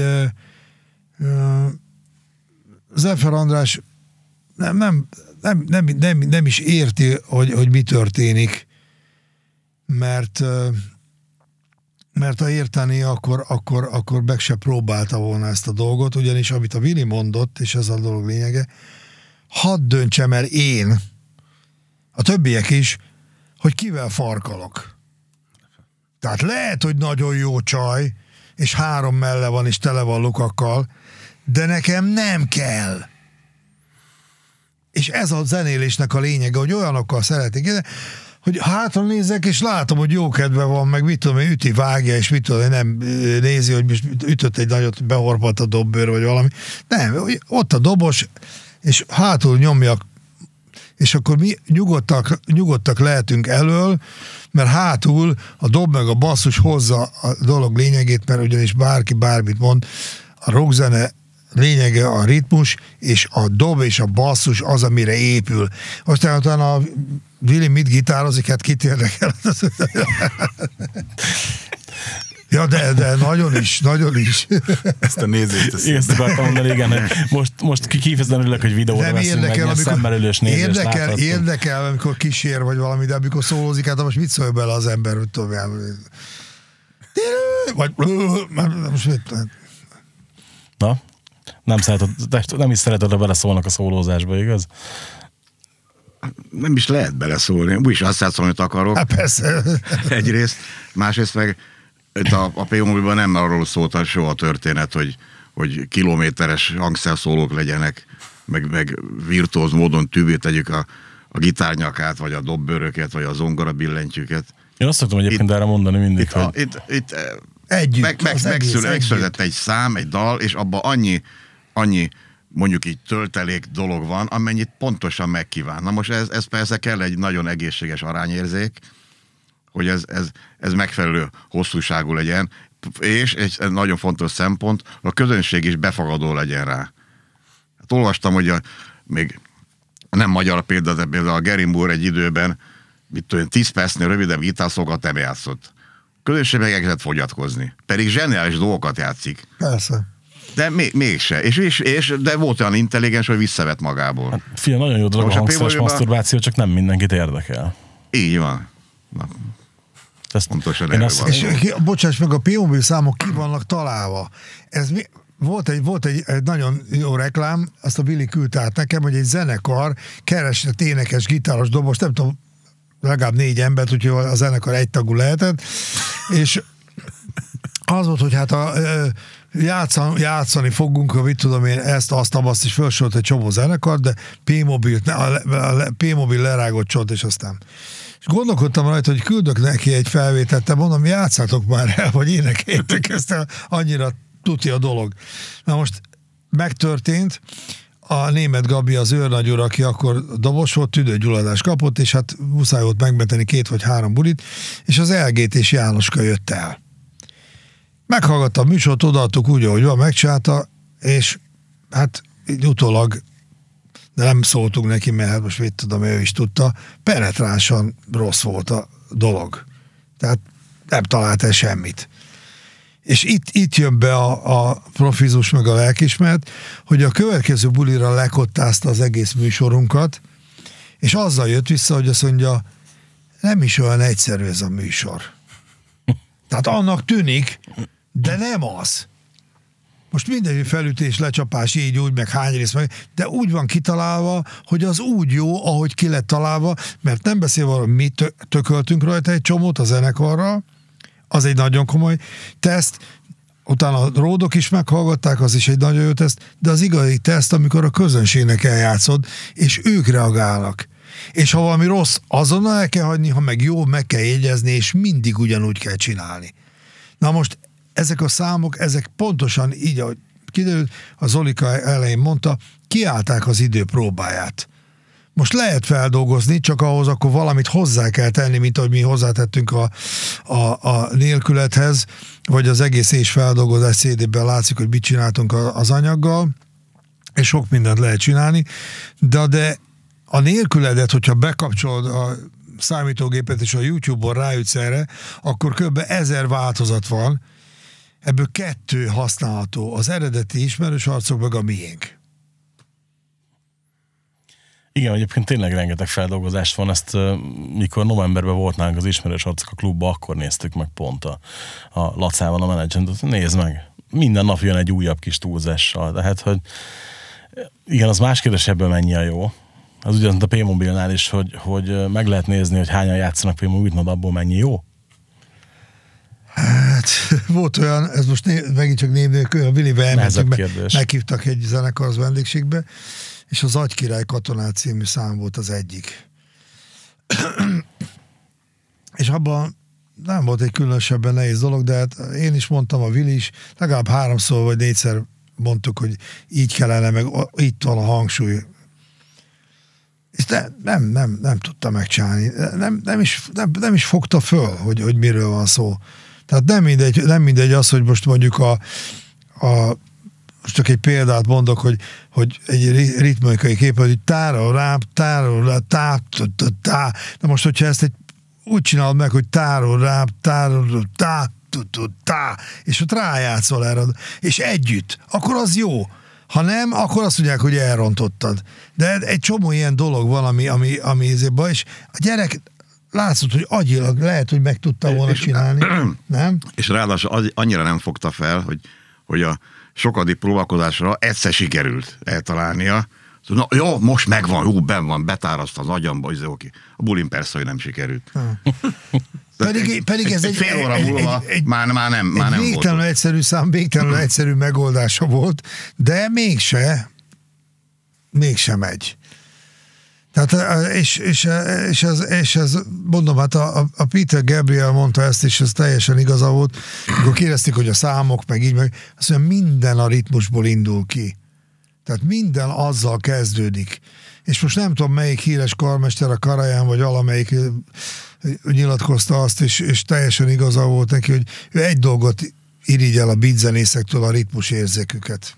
Zefer András nem, nem, nem, nem, nem, nem is érti, hogy, hogy mi történik, mert mert ha érteni, akkor, akkor, akkor meg se próbálta volna ezt a dolgot, ugyanis amit a Vili mondott, és ez a dolog lényege, hadd döntsem el én, a többiek is, hogy kivel farkalok. Tehát lehet, hogy nagyon jó csaj, és három melle van, és tele van lukakkal, de nekem nem kell. És ez a zenélésnek a lényege, hogy olyanokkal szeretik, hogy hátra nézek, és látom, hogy jó kedve van, meg mit tudom, üti, vágja, és mit tudom, nem nézi, hogy most ütött egy nagyot, behorpadt a dobbőr, vagy valami. Nem, ott a dobos, és hátul nyomja, és akkor mi nyugodtak, nyugodtak lehetünk elől, mert hátul a dob meg a basszus hozza a dolog lényegét, mert ugyanis bárki bármit mond, a rockzene lényege a ritmus, és a dob és a basszus az, amire épül. Aztán utána a Vili mit gitározik, hát kit érdekel? Ja, de, de nagyon is, nagyon is. Ezt a nézést teszem. Én ezt akartam mondani, igen, hogy most, most kifejezetten örülök, hogy videóra veszünk meg, ilyen szemmelülős nézést érdekel, láthatunk. érdekel, amikor kísér vagy valami, de amikor szólózik, hát most mit szólj bele az ember, hogy tovább. Vagy most mit? Na, nem, szereted, nem is szereted, ha beleszólnak a szólózásba, igaz? nem is lehet beleszólni. Úgyis azt játszom, amit akarok. Hát persze. Egyrészt. Másrészt meg itt a, a Playmobilban nem arról szólt soha a történet, hogy, hogy kilométeres hangszerszólók legyenek, meg, meg virtuóz módon tűbé tegyük a, a gitárnyakát, vagy a dobbőröket, vagy a zongora billentyűket. Én azt szoktam egyébként Itt- erre mondani mindig, Itt, a, hogy itt, itt Együtt, meg, meg, az egész megszül, megszületett együtt. egy szám, egy dal, és abban annyi, annyi mondjuk így töltelék dolog van, amennyit pontosan megkíván. Na most ez, ez persze kell egy nagyon egészséges arányérzék, hogy ez, ez, ez megfelelő hosszúságú legyen, és egy nagyon fontos szempont, a közönség is befogadó legyen rá. Hát olvastam, hogy a, még nem magyar példa, de például a Gary Moore egy időben, mit tudom, tíz percnél rövidebb gitárszókat nem játszott. A közönség meg elkezdett fogyatkozni. Pedig zseniális dolgokat játszik. Persze. De még, mégse. És, és, és, de volt olyan intelligens, hogy visszavett magából. fia, nagyon jó dolog Most a a hangszeres Playmobilban- maszturbáció, csak nem mindenkit érdekel. Így van. Na, Ezt, pontosan én erről azt, van. És ki- bocsáss meg, a Playmobil számok ki vannak találva. Ez mi, volt egy, volt egy, egy nagyon jó reklám, azt a Billy küldte át nekem, hogy egy zenekar keresett énekes, gitáros, dobos, nem tudom, legalább négy embert, úgyhogy a zenekar egytagú lehetett, és az volt, hogy hát a, ö, játszani, játszani fogunk, ha mit tudom én, ezt, azt, azt is felsorolt egy csomó zenekar, de P-mobil, a, a P-mobil lerágott csont, és aztán és gondolkodtam rajta, hogy küldök neki egy felvételt, te mondom, játszátok már el, vagy énekeljétek ezt el, annyira tuti a dolog. Na most megtörtént, a Németh Gabi, az őrnagyúr, aki akkor dobos volt, tüdőgyulladást kapott, és hát muszáj volt megmenteni két vagy három bulit, és az Elgét és Jánoska jött el. Meghallgatta a műsort, odaadtuk úgy, ahogy van, megcsinálta, és hát így utólag, de nem szóltunk neki, mert hát most mit tudom, ő is tudta, penetránsan rossz volt a dolog. Tehát nem talált el semmit. És itt, itt jön be a, a profizmus meg a lelkismeret, hogy a következő bulira lekottázta az egész műsorunkat, és azzal jött vissza, hogy azt mondja, nem is olyan egyszerű ez a műsor. Tehát annak tűnik, de nem az. Most minden felütés, lecsapás, így, úgy, meg hány rész, meg, de úgy van kitalálva, hogy az úgy jó, ahogy ki lett találva, mert nem beszélve arról, mi tö- tököltünk rajta egy csomót a zenekarra, az egy nagyon komoly teszt, utána a ródok is meghallgatták, az is egy nagyon jó teszt, de az igazi teszt, amikor a közönségnek eljátszod, és ők reagálnak. És ha valami rossz, azonnal el kell hagyni, ha meg jó, meg kell jegyezni, és mindig ugyanúgy kell csinálni. Na most ezek a számok, ezek pontosan így, ahogy kiderült, a Zolika elején mondta, kiállták az idő próbáját. Most lehet feldolgozni, csak ahhoz akkor valamit hozzá kell tenni, mint ahogy mi hozzátettünk a, a, a nélkülethez, vagy az egész és feldolgozás cé dében látszik, hogy mit csináltunk az anyaggal, és sok mindent lehet csinálni, de, de a nélküledet, hogyha bekapcsolod a számítógépet és a YouTube-on rájutsz erre, akkor kb. ezer változat van, ebből kettő használható, az eredeti ismerős arcok meg a miénk. Igen, egyébként tényleg rengeteg feldolgozást van, ezt uh, mikor novemberben volt nálunk az ismerős arcok a klubban, akkor néztük meg pont a, a Lacával, a menedzsent, nézd meg, minden nap jön egy újabb kis túlzással, tehát, hogy igen, az más kérdés, ebből mennyi a jó. Az ugyanaz a P-mobilnál is, hogy, hogy meg lehet nézni, hogy hányan játszanak P-mobilt, abból mennyi jó. Hát volt olyan, ez most né, megint csak név nélkül, a Willibe elmentünk, kérdés. meghívtak egy zenekar az vendégségbe, és az Agykirály katonát című szám volt az egyik. És abban nem volt egy különösebben nehéz dolog, de hát én is mondtam, a Willi is, legalább háromszor vagy négyszer mondtuk, hogy így kellene, meg itt van a hangsúly. És de nem, nem, nem tudta megcsinálni. Nem, nem, is, nem, nem is fogta föl, hogy, hogy miről van szó. Tehát nem mindegy, nem mindegy az, hogy most mondjuk a, a most csak egy példát mondok, hogy, hogy egy ritmikai kép, hogy tára, ráp, tára, ráp, tá, tá. Na most, hogyha ezt egy úgy csinálod meg, hogy tára, ráp, tára, tá, tá, és ott rájátszol erre, és együtt, akkor az jó. Ha nem, akkor azt mondják, hogy elrontottad. De egy csomó ilyen dolog van, ami, ami, ami ezért baj, és a gyerek látszott, hogy agyilag lehet, hogy meg tudta volna és, csinálni, nem? És ráadásul annyira nem fogta fel, hogy, hogy a sokadik próbálkozásra egyszer sikerült eltalálnia, Na, jó, most megvan, jó, benn van, betáraszt az agyamba, az oké. A bulin persze, hogy nem sikerült. Pedig, pedig ez egy, fél óra egy, múlva egy, egy, már, már nem, már nem egy végtelenül volt. egyszerű szám, végtelenül egyszerű megoldása volt, de mégse, mégse megy. Tehát, és, és, és, ez, és ez, mondom, hát a, a Peter Gabriel mondta ezt, és ez teljesen igaza volt, akkor kérdezték, hogy a számok, meg így, meg azt mondja, minden a ritmusból indul ki. Tehát minden azzal kezdődik. És most nem tudom, melyik híres karmester, a Karajan, vagy valamelyik nyilatkozta azt, és, és teljesen igaza volt neki, hogy ő egy dolgot irigyel a beatzenészektől, a ritmus érzéküket.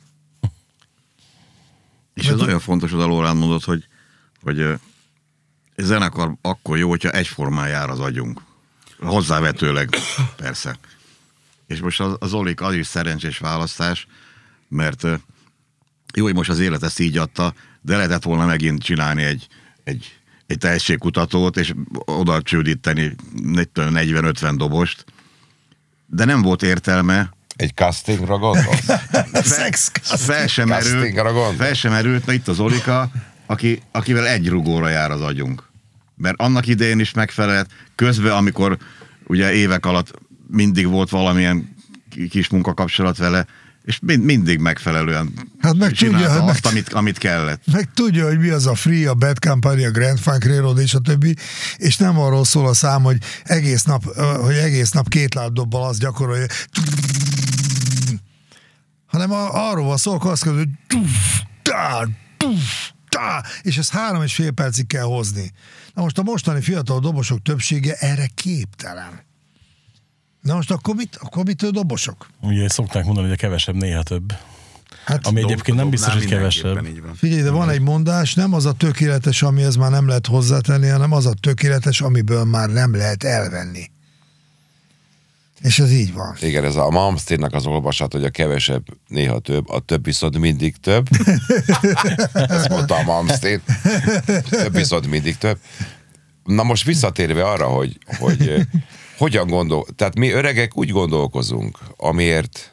És ez nagyon fontos, az Lórán mondott, hogy, hogy egy zenekar akkor jó, hogyha egyformán jár az agyunk. Hozzávetőleg, persze. És most az, az Zolik az is szerencsés választás, mert jó, hogy most az élet ezt így adta, de lehetett volna megint csinálni egy, egy, egy tehetségkutatót, és oda csődíteni negyven-ötven dobost, de nem volt értelme. Egy castingra gondolsz? Szex Fel sem merült, Castingra gondolsz? fel sem merült, na itt az Olika, aki, akivel egy rugóra jár az agyunk. Mert annak idején is megfelelt, közben, amikor ugye évek alatt mindig volt valamilyen kis munkakapcsolat vele, és mind, mindig megfelelően hát meg csinálta tudja, azt, meg, amit, amit kellett. meg tudja, hogy mi az a Free, a Bad Company, a Grand Funk Railroad és a többi, és nem arról szól a szám, hogy egész nap, hogy egész nap két lábdobbal azt gyakorolja, hanem arról van szó, akkor azt kell, hogy és ezt három és fél percig kell hozni. Na most a mostani fiatal dobosok többsége erre képtelen. Na most akkor mit, akkor mitől dobosok? Ugye szokták mondani, hogy a kevesebb néha több. Hát, Ami egyébként nem biztos, hogy mindenképpen kevesebb. így van. figyelj, de van egy mondás, nem az a tökéletes, amihez már nem lehet hozzátenni, hanem az a tökéletes, amiből már nem lehet elvenni. És ez így van. Igen, ez a Malmsteennak az olvasat, hogy a kevesebb néha több, a több viszont mindig több. Ezt mondta a Malmsteen. Több viszont mindig több. Na most visszatérve arra, hogy, hogy eh, hogyan gondol... Tehát mi öregek úgy gondolkozunk, amiért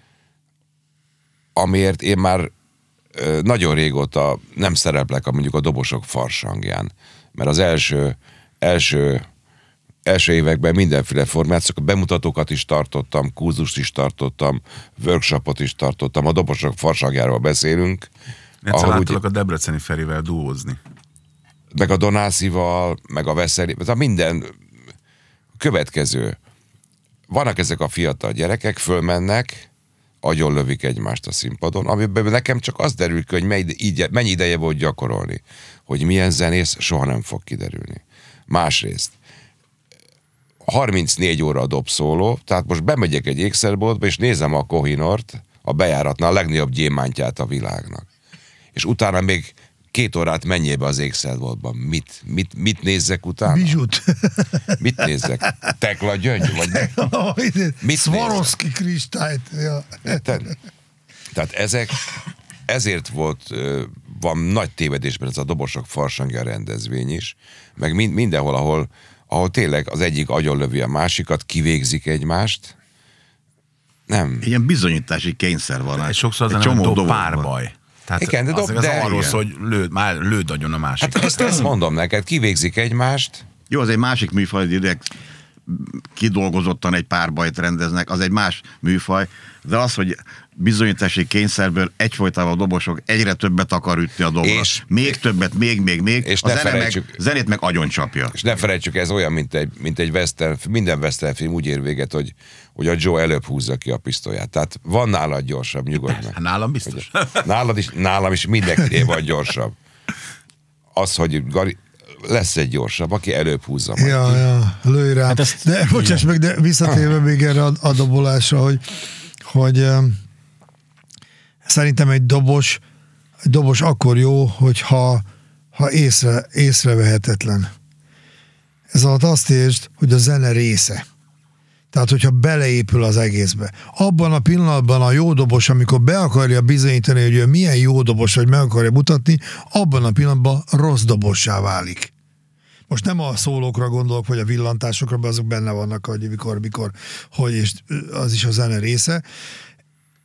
amiért én már eh, nagyon régóta nem szereplek a, mondjuk a dobosok farsangján. Mert az első első első években mindenféle formációk, bemutatókat is tartottam, kurzust is tartottam, workshopot is tartottam, a dobosok farsangjáról beszélünk. Egyszer ahol láttalak úgy, a Debreceni Ferivel duózni. meg a Donászival, meg a Veszeli, tehát minden következő. Vannak ezek a fiatal gyerekek, fölmennek, agyonlövik egymást a színpadon, amiben nekem csak az derül ki, hogy mennyi ideje volt gyakorolni. Hogy milyen zenész, soha nem fog kiderülni. Másrészt, harmincnégy óra a dobszóló, tehát most bemegyek egy ékszerboltba, és nézem a Kohinort, a bejáratnál a legnagyobb gyémántját a világnak. És utána még két órát menjébe az ékszerboltban. Mit, mit, mit nézzek utána? Bizsut. Mit nézzek? Tekla Gyöngy? Vagy mit Swarovski kristályt. Ja. Érted? Tehát ezek, ezért volt, van nagy tévedésben ez a dobosok farsangja rendezvény is, meg mind, mindenhol, ahol ahol tényleg az egyik agyonlövi a másikat, kivégzik egymást. Nem. Ilyen bizonyítási kényszer van. És sokszor az nem dob párbaj. Tehát igen, de dob, az, az de arról igen. szól, hogy lőd, már lőd agyon a másik. Hát ezt, ezt mondom neked, kivégzik egymást. Jó, az egy másik műfaj, direkt kidolgozottan egy párbajt rendeznek, az egy más műfaj, de az, hogy bizonyítási kényszerből egyfolytában a dobosok egyre többet akar ütni a dobra. És, még többet, még, még, még. És a ne zene felejtsük, meg, zenét meg agyoncsapja. És ne felejtsük, ez olyan, mint egy, mint egy western, minden western film úgy ér véget, hogy, hogy a Joe előbb húzza ki a pisztolyát. Tehát van nálad gyorsabb, nyugodj meg. Nálam biztos. Nálad is, nálam is mindenkinél van gyorsabb. Az, hogy Gari, lesz egy gyorsabb, aki előbb húzza majd. Ja, ja, lőj rá. Hát ezt, de bocsáss meg, de visszatérve még erre a, a dobolásra, hogy, hogy um, szerintem egy dobos, egy dobos akkor jó, hogyha ha észre, észrevehetetlen. Ez alatt azt értsd, hogy a zene része. Tehát, hogyha beleépül az egészbe. Abban a pillanatban a jó dobos, amikor be akarja bizonyítani, hogy ő milyen jó dobos, vagy meg akarja mutatni, abban a pillanatban rossz dobossá válik. Most nem a szólókra gondolok, vagy a villantásokra, mert azok benne vannak, hogy mikor, mikor, hogy, és az is a zene része.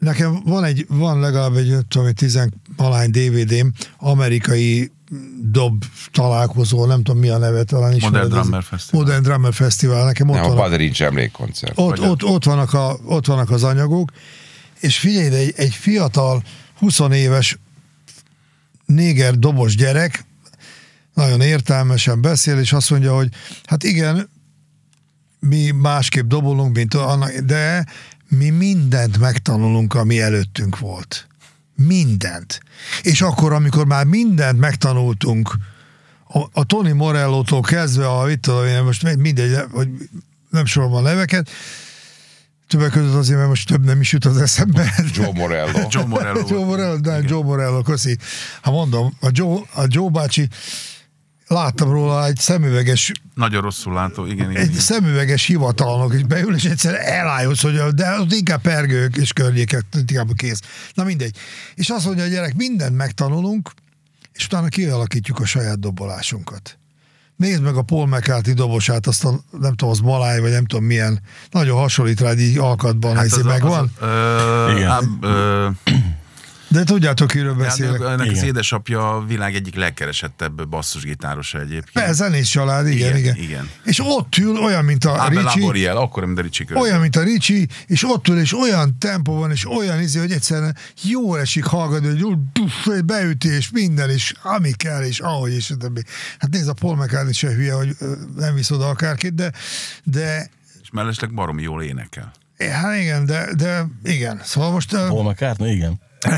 nekem van egy, van legalább egy, tudom, tizenvalány dé vé dém, amerikai dob találkozó, nem tudom mi a neve, talán is. Modern Drummer Festival. Modern Drummer Festival, nekem ott Nem, van. a Badrincs emlékkoncert. Ott, ott, ott, vannak a, ott vannak az anyagok, és figyelj, de egy, egy fiatal, húsz éves néger dobos gyerek nagyon értelmesen beszél, és azt mondja, hogy hát igen, mi másképp dobolunk, mint annak, de mi mindent megtanulunk, ami előttünk volt. Mindent. És akkor, amikor már mindent megtanultunk, a, a Tony Morello-tól kezdve, a mit tudom én, most mindegy, hogy nem sorolom a neveket, többek között azért, mert most több nem is jut az eszembe. Joe Morello. Joe Morello. Joe Morello, de Joe Morello, köszi. Ha mondom, a Joe, a Joe bácsi, láttam róla egy szemüveges, Nagyon rosszul látó, igen, igen. egy igen. szemüveges hivatalnok, és beül, és egyszer elájulsz, hogy de ott inkább pergők és környékek, inkább kész. Na mindegy. És azt mondja a gyerek, mindent megtanulunk, és utána kialakítjuk a saját dobolásunkat. Nézd meg a Paul McCartney dobosát, azt a, nem tudom, az maláj, vagy nem tudom milyen, nagyon hasonlít rád így alkatban, hát ez megvan. Az, ö, Igen. á, ö, De tudjátok, kiről beszélek. hát, ennek az Igen. édesapja a világ egyik legkeresettebb basszusgitárosa egyébként. Be, zenés család, igen, igen, Igen, igen. És ott ül olyan, mint a Abel Ricci, Laboriel, akkor, mint a Ricci körül. olyan, mint a Ricci, és ott ül, és olyan tempó van, és olyan izé, hogy egyszerűen jól esik hallgatni, hogy úgy, duff, egy beütés, minden, és ami kell, és ahogy, és többi. Hát nézd, a Paul McCartney se hülye, hogy ö, nem visz oda akárkit, de, de És mellesleg baromi jól énekel. hát igen, de, de igen. Szóval most... ö, Paul McCartney, igen.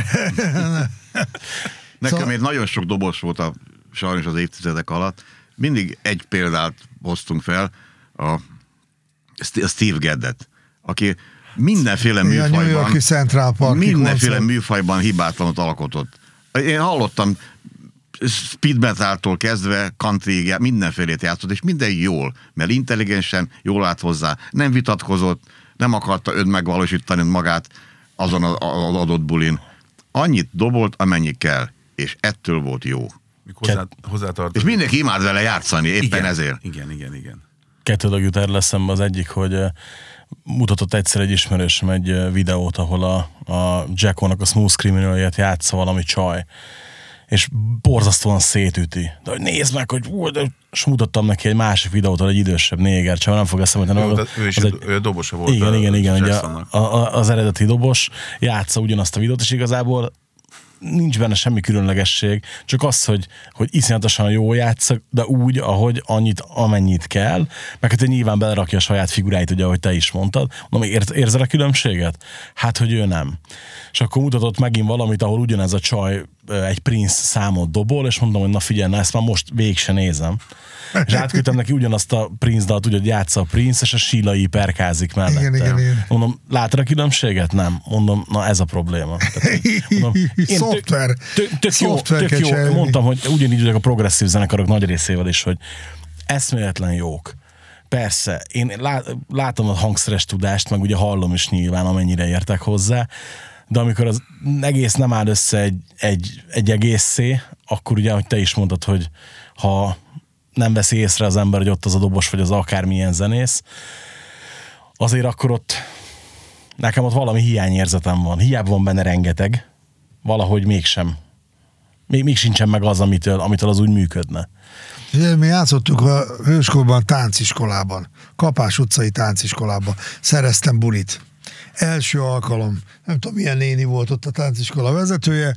Nekem Szóval- még nagyon sok dobos volt a, sajnos az évtizedek alatt. Mindig egy példát hoztunk fel, a St- a Steve Geddet, aki mindenféle Igen, New műfajban, York-i Central Park mindenféle műfajban hibátlanot alkotott. Én hallottam speed metaltól kezdve countryig, mindenfélét játszott, és minden jól, mert intelligensen, jól állt hozzá, nem vitatkozott, nem akarta önmegvalósítani magát azon az adott bulin. Annyit dobolt, amennyi kell, és ettől volt jó. Még hozzá, hozzátartozik. És mindenki imád vele játszani, éppen igen, ezért. Igen, igen, igen. Kettő dolog jut erre eszembe, az egyik, hogy eh, mutatott egyszer egy ismerősöm egy eh, videót, ahol a, a Jacko-nak a Smooth Criminal-jét játsza valami csaj, és borzasztóan szétüti. De hogy nézd meg, hogy ú, de... és mutattam neki egy másik videót, ahol egy idősebb néger csaj, nem fog eszembe jutni. Ő, ő is az egy, ő dobosa volt. Igen, a, igen, igen, ugye Jacksonnak. a, a, az eredeti dobos játsza ugyanazt a videót, és igazából nincs benne semmi különlegesség, csak az, hogy, hogy iszonyatosan jó játszak, de úgy, ahogy annyit, amennyit kell, meg hát nyilván belerakja a saját figuráit, ugye, ahogy te is mondtad. Mondom, ér, érzed a különbséget? Hát, hogy ő nem. És akkor mutatott megint valamit, ahol ugyanez a csaj egy Prince számot dobol, és mondom, hogy na figyelj, na, ezt már most végig se nézem. És átküldtem neki ugyanazt a Prince dalt, ugye, hogy játsza a Prince, és a Sheila perkázik mellette. Igen, igen, igen. Mondom, látod a különbséget? Nem. Mondom, na ez a probléma. Tehát, mondom, én Szoftver. Tök, tök, tök jó, Szoftver tök kell jó. cserélni. Mondtam, hogy ugyanígy vagyok a progresszív zenekarok nagy részével is, hogy eszméletlen jók. Persze, én lá- látom a hangszeres tudást, meg ugye hallom is nyilván, amennyire értek hozzá, de amikor az egész nem áll össze egy, egy, egy egészé, akkor ugye, ahogy te is mondtad, hogy ha nem veszi észre az ember, hogy ott az a dobos, vagy az akármilyen zenész, azért akkor ott nekem ott valami hiányérzetem van. Hiába van benne rengeteg, valahogy mégsem. Még, még sincsen meg az, amitől, amitől az úgy működne. Ugye, mi játszottuk a hőskorban tánciskolában, Kapás utcai tánciskolában. Szereztem bulit. Első alkalom. Nem tudom, milyen néni volt ott a tánciskola vezetője.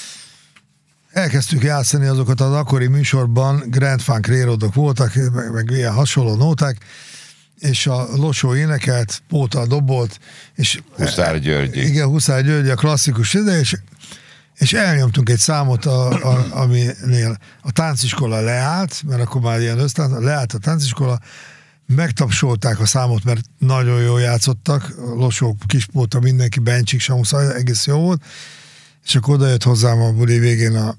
Elkezdtük játszani azokat az akkori műsorban, Grand Funk Railroadok voltak, meg, meg ilyen hasonló nóták, és a Losó énekelt, Póta dobolt, és Huszár Györgyi. igen, Huszár Györgyi, a klasszikus ide, és, és elnyomtunk egy számot, a, a, aminél a tánciskola leállt, mert akkor már ilyen össztánc, leállt a tánciskola, megtapsolták a számot, mert nagyon jól játszottak, Losó, Kispóta, mindenki, Bencsik, Samusz, egész jó volt, és akkor oda jött hozzám a buli végén a,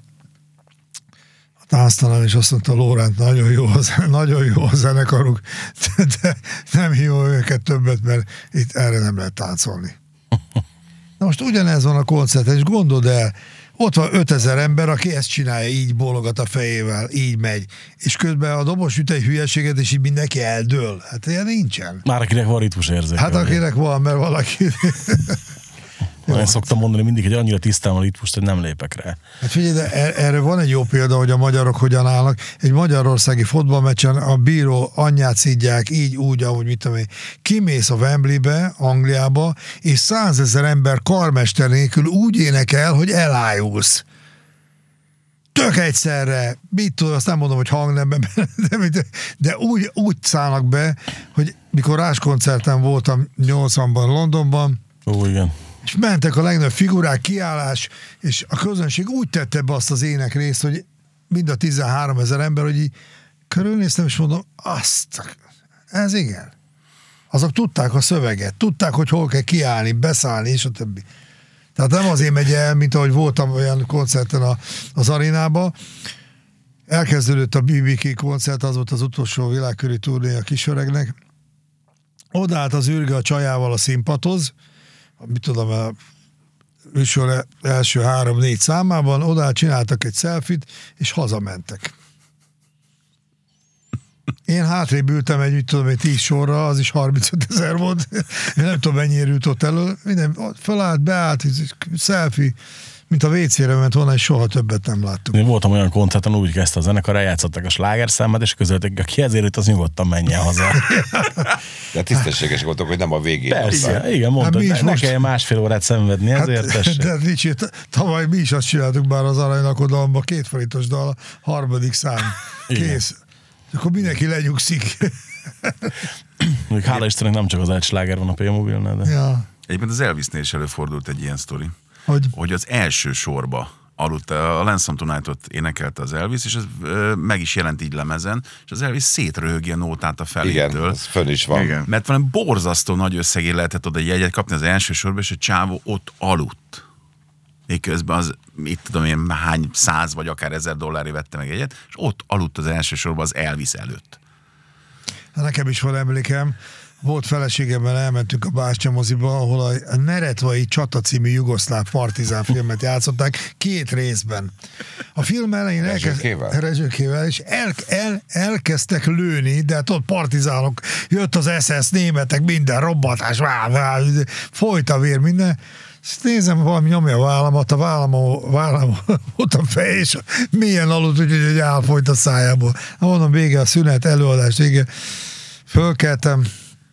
a tánctalan, és azt mondta, Lóránt, nagyon jó, az, nagyon jó a zenekaruk, de, de nem hívom őket többet, mert itt erre nem lehet táncolni. Na most ugyanez van a koncerten, és gondold el, ott van ötezer ember, aki ezt csinálja, így bólogat a fejével, így megy, és közben a dobos üt egy hülyeséget, és így mindenki eldől. Hát ilyen nincsen. Már akinek van ritmusérzéke. Hát vagy. akinek van, mert valaki... Jó, én szoktam mondani mindig, hogy annyira tisztán van ritmust, hogy nem lépek rá. Hát figyelj, de erre van egy jó példa, hogy a magyarok hogyan állnak. Egy magyarországi fotballmeccsen a bíró anyját szidják, így, úgy, ahogy mit tudom én. Kimész a Wembleybe, Angliába, és százezer ember karmester nélkül úgy énekel, hogy elájulsz. Tök egyszerre, mit tudom, azt nem mondom, hogy hangnemben, de, de úgy, úgy szállnak be, hogy mikor Rás koncerten voltam nyolcvanban Londonban, Ó, igen. és mentek a legnagyobb figurák, kiállás, és a közönség úgy tette be azt az ének részt, hogy mind a tizenhárom ezer ember, hogy így körülnéztem, és mondom, azt, ez igen. Azok tudták a szöveget, tudták, hogy hol kell kiállni, beszállni, és a többi. Tehát nem azért megy el, mint ahogy voltam olyan koncerten a, az arénába. Elkezdődött a bé bé ká koncert, az volt az utolsó világköri turné a kisöregnek. Odaállt az űrge a csajával a színpadhoz, mit tudom, a műsor első három-négy számában, odaállt, csináltak egy selfit, és hazamentek. Én hátrébb ültem egy, mit tudom, egy tíz sorra, az is harmincöt ezer volt. Én nem tudom, mennyire jutott elő. Minden fölállt, beállt, selfie, mint a vé cére ment volna, és soha többet nem láttuk. Én voltam olyan koncerten, úgy kezdte a zenekar, eljátszottak a slágerszámát, és közölték, aki ezért itt, az nyugodtan menjen haza. De tisztességesek voltak, hogy nem a végén. Persze, aztán. igen, mondtad, Hát hát ne kelljen másfél órát szenvedni, ezért hát, tessék. de Ricsi, tavaly mi is azt csináltuk már az aranylakodalomban, két forintos dal, a harmadik szám. Kész. Akkor mindenki lenyugszik. Még hála Istennek nem csak az egy sláger van a P-mobilnál, de... Ja. Egyébként az Elvisnél is előfordult egy ilyen sztori, Hogy? hogy az első sorba aludt, a Lansom Tonight-ot énekelte az Elvis, és ez ö, meg is jelent így lemezen, és az Elvis szétröhögi a nótát a felétől. Igen, ez fönn is van. Igen. Mert valami borzasztó nagy összegé lehetett oda jegyet kapni az első sorba, és a csávó ott aludt. Miközben az, itt tudom én, hány száz vagy akár ezer dollárért vette meg egyet, és ott aludt az első sorban az Elvis előtt. Nekem is van emlékem. Volt feleségemmel, elmentünk a Bástya moziba, ahol a Neretvai Csata című jugoszláv partizán filmet játszották két részben. A film elején Rezsőkével? elkezd... Rezsőkével, és el, el, elkezdtek lőni, de hát ott partizánok, jött az es es, németek, minden robbatás, vá, vá, folyt a vér, minden. Ezt nézem, valami nyomja a vállamat, a vállam, vállam ott a fej, és mélyen aludt, úgyhogy egy ál folyt a szájából. Na mondom, vége a szünet, előadás, vége. Fölkeltem,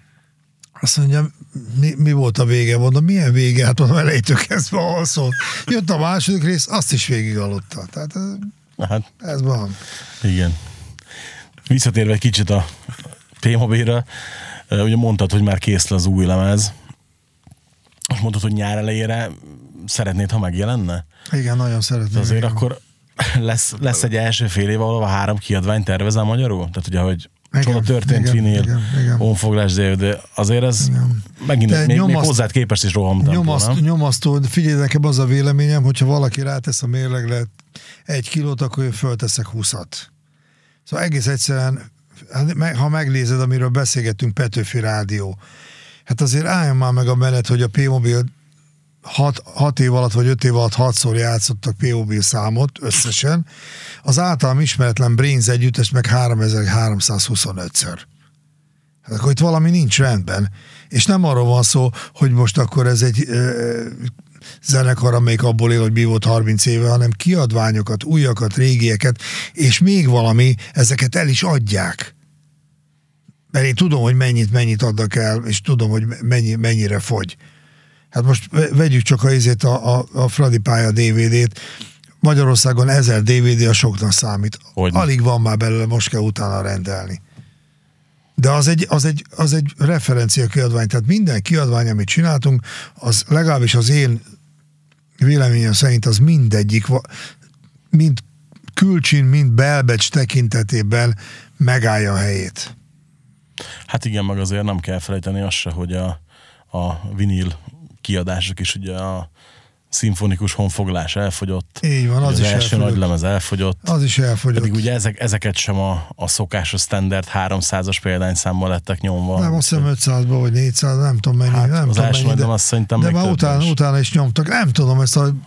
azt mondja, mi, mi volt a vége? Mondom, milyen vége? Hát mondom, elejétől kezdve alszol. Jött a második rész, azt is végig aludta. Tehát ez, Hát, ez van. igen. Visszatérve egy kicsit a P-mobilra, ugye mondtad, hogy már kész az új lemez. Most mondtad, hogy nyár elejére szeretnéd, ha megjelenne? Igen, nagyon szeretném. Azért igen. akkor lesz, lesz egy első fél év, ahol a három kiadvány tervezel magyarul? Tehát ugye, hogy Igen, csoda történt igen, vinyl, igen, igen. honfoglás, de azért ez Igen. megint De még, még nyomaszt- hozzád képest is rohamtempó, Nyomaszt, nem? nyomasztó, figyelj, nekem az a véleményem, hogyha valaki rátesz a mérlegre egy kilót, akkor én fölteszek húszat. Szóval egész egyszerűen, ha megnézed, amiről beszélgettünk, Petőfi Rádió, hát azért álljon már meg a menet, hogy a P-mobil hat, hat év alatt, vagy öt év alatt hatszor játszottak P-mobil számot összesen, az általam ismeretlen Brains együttes meg háromezer-háromszázhuszonötször. Hát akkor itt valami nincs rendben. És nem arról van szó, hogy most akkor ez egy ö, zenekar, amelyik abból él, hogy mi volt harminc éve, hanem kiadványokat, újakat, régieket, és még valami, ezeket el is adják. Mert én tudom, hogy mennyit, mennyit adnak el, és tudom, hogy mennyi, mennyire fogy. Hát most vegyük csak a, izét, a, a, a Fradi pálya dé vé dét. Magyarországon ezer dé vé dé a soknak számít. Hogyne. Alig van már belőle, most kell utána rendelni. De az egy, az egy, az egy referencia kiadvány, tehát minden kiadvány, amit csináltunk, az legalábbis az én véleményem szerint az mindegyik, mind külcsin, mind belbecs tekintetében megállja a helyét. Hát igen, meg azért nem kell felejteni azt se, hogy a, a vinil kiadások is ugye a szimfonikus honfoglás elfogyott. Így van, az az is első elfogyott. nagy lemez elfogyott. Az is elfogyott. Pedig ugye ezek, ezeket sem a, a szokásos standard háromszázas példányszámmal lettek nyomva. Nem, azt hiszem ötszázba vagy négyszáz, nem tudom mennyi. Hát, nem az tudom első mennyi, nagy de, lemez szerintem de még már több utána, is. utána is nyomtak. Nem tudom, ezt a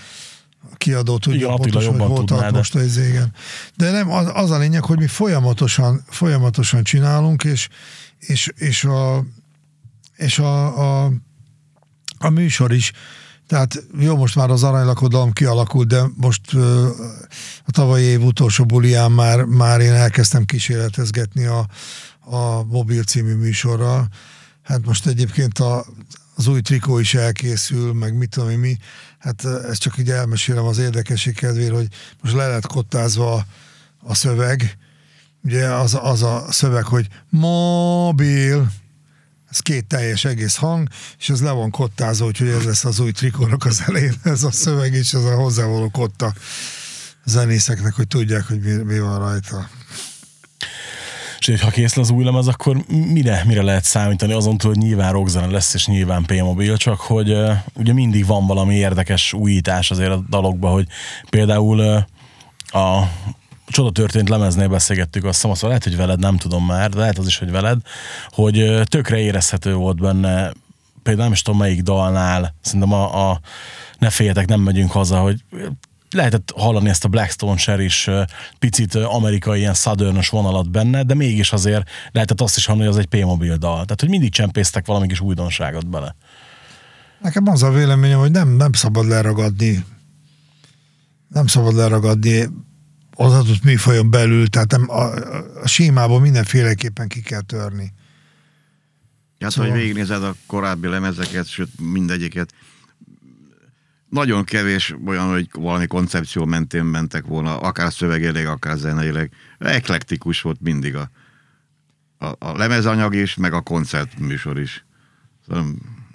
kiadó tudja Igen, Attila pontosan, hogy jobban hol tudná, tart de- most az igen. De nem, az, az a lényeg, hogy mi folyamatosan, folyamatosan csinálunk, és, és, és, a, és a, a, a műsor is Tehát jó, most már az aranylakodalom kialakult, de most ö, a tavalyi év utolsó bulián már, már én elkezdtem kísérletezgetni a, a Mobil című műsorral. Hát most egyébként a, az új trikó is elkészül, meg mit tudom én mi. Hát ezt csak így elmesélem az érdekesség kedvéért, hogy most le lett kottázva a, a szöveg. Ugye az, az a szöveg, hogy mobil, ez két teljes egész hang, és ez le van kottázva, úgyhogy ez lesz az új trikónak az elején, ez a szöveg, és ez a hozzávaló kotta zenészeknek, hogy tudják, hogy mi, mi van rajta. És ha kész az új lemez, akkor mire, mire lehet számítani? Azon túl, hogy nyilván rockzene lesz, és nyilván P-Mobil, csak hogy uh, ugye mindig van valami érdekes újítás azért a dalokban, hogy például uh, a Csoda történt lemeznél beszélgettük, azt hiszem, azt lehet, hogy veled, nem tudom már, de lehet az is, hogy veled, hogy uh, tökre érezhető volt benne, például nem is tudom melyik dalnál, szerintem a, a Ne féljetek, nem megyünk haza, hogy lehetett hallani ezt a Blackstone Cherish picit amerikai ilyen southern-ös vonalat benne, de mégis azért lehetett azt is hallani, hogy az egy P-Mobil dal. Tehát, hogy mindig csempésztek valami kis újdonságot bele. Nekem az a véleményem, hogy nem, nem szabad leragadni nem szabad leragadni az adott műfajon belül, tehát nem, a, a sémából mindenféleképpen ki kell törni. Hát, szóval... hogy végignézed a korábbi lemezeket, sőt mindegyiket, nagyon kevés olyan, hogy valami koncepció mentén mentek volna, akár szövegileg, akár zeneileg. Eklektikus volt mindig a, a, a lemezanyag is, meg a koncertműsor is. Szóval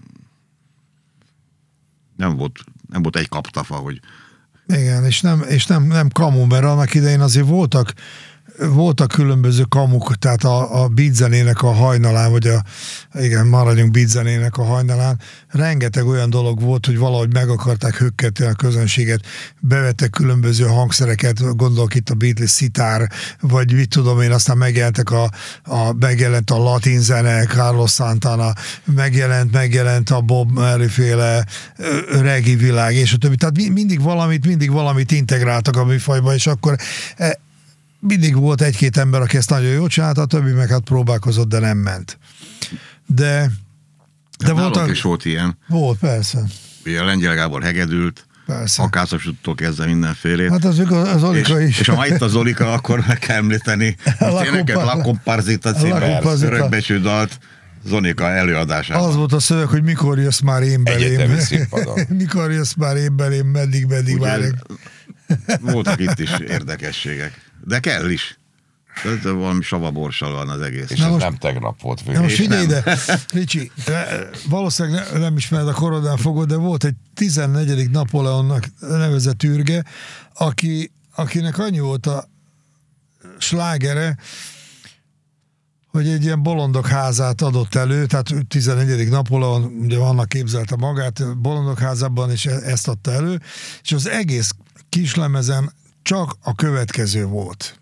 nem volt, nem volt egy kaptafa, hogy... Igen, és nem, és nem, nem kamu, mert annak idején azért voltak voltak különböző kamuk, tehát a, a beat zenének a hajnalán, vagy a, igen, maradjunk beat zenének a hajnalán, rengeteg olyan dolog volt, hogy valahogy meg akarták hökketni a közönséget, bevettek különböző hangszereket, gondolok itt a Beatles szitár, vagy mit tudom én, aztán megjelentek a, a megjelent a latin zene, Carlos Santana, megjelent, megjelent a Bob Marley-féle reggae világ, és a többi. Tehát mindig valamit, mindig valamit integráltak a műfajba, és akkor mindig volt egy-két ember, aki ezt nagyon jól csinálta, a többi meg hát próbálkozott, de nem ment. De... de volt a... is volt ilyen. Volt, persze. Ugye a Lengyel Gábor hegedült, Akászosúttól kezdve mindenfélét. Hát az, az Zolika és, is. És ha ma itt a Zolika, akkor meg kell említeni. Most én neked La Comparsita című örökbecsű dalt Zonika előadásában. Az volt a szöveg, hogy mikor jössz már én belém. Egyetemi színpadon. Mikor jössz már én belém, meddig, meddig várjuk. Voltak itt is érdekességek. De kell is. Ez valami savaborssal van az egész. És ez most, nem tegnap volt végül. Most figyelj ide, Ricsi, valószínűleg ne, nem ismered a korodán fogod, de volt egy tizennegyedik Napóleonnak nevezett űrge, aki, akinek annyi volt a slágere, hogy egy ilyen bolondok házát adott elő, tehát tizennegyedik Napóleon, ugye annak képzelte magát, bolondok házában, és ezt adta elő, és az egész kislemezen csak a következő volt.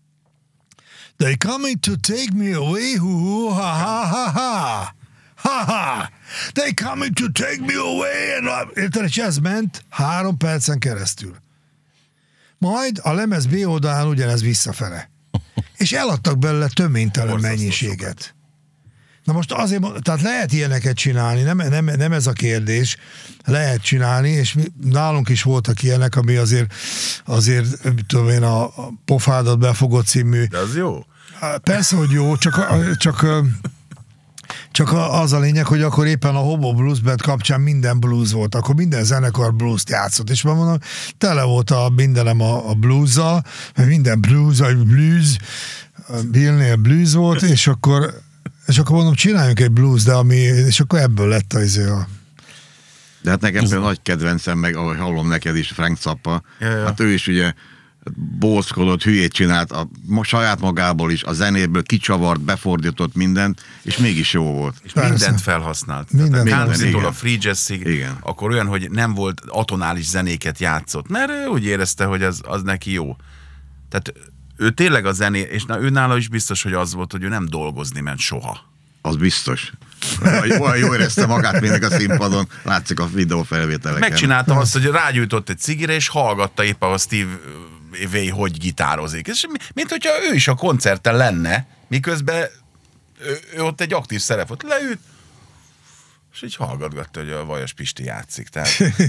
They coming to take me away, hu ha ha ha ha ha ha. They coming to take me away, and érted, és ez ment három percen keresztül. Majd a lemez B oldalán ugyanez visszafele. És eladtak belőle töménytelen mennyiséget. Na most azért, tehát lehet ilyeneket csinálni, nem, nem, nem ez a kérdés, lehet csinálni, és mi, nálunk is voltak ilyenek, ami azért, azért mit tudom én, a, a Pofádat befogott című. De az jó. Persze, hogy jó, csak, csak, csak az a lényeg, hogy akkor éppen a Hobo Blues Band kapcsán minden blues volt, akkor minden zenekar blues-t játszott, és már mondom, tele volt a mindenem a, a blues-zal, mert minden blues, a blues, Billnél blues volt, és akkor és akkor mondom, csináljunk egy blues, de ami, és akkor ebből lett az a... De hát nekem például nagy kedvencem, meg ahogy hallom neked is, Frank Zappa, ja, ja. Hát ő is ugye bóckodott, hülyét csinált a saját magából is, a zenéből kicsavart, befordított mindent, és mégis jó volt. És Persze. mindent felhasznált. Minden Tehát a countrytól a free jazzig, akkor olyan, hogy nem volt atonális zenéket játszott, mert ő úgy érezte, hogy az, az neki jó. Tehát ő tényleg a zené, és na, ő nála is biztos, hogy az volt, hogy ő nem dolgozni ment soha. Az biztos. Olyan jól érezte magát mindig a színpadon, látszik a videófelvételeken. Megcsinálta azt, hogy rágyújtott egy cigire, és hallgatta éppen, a Steve Vai hogy gitározik. És mint hogyha ő is a koncerten lenne, miközben ő, ő ott egy aktív szerep volt. Leült, És így hallgatgatta, hogy a Vajas Pisti játszik. Tehát...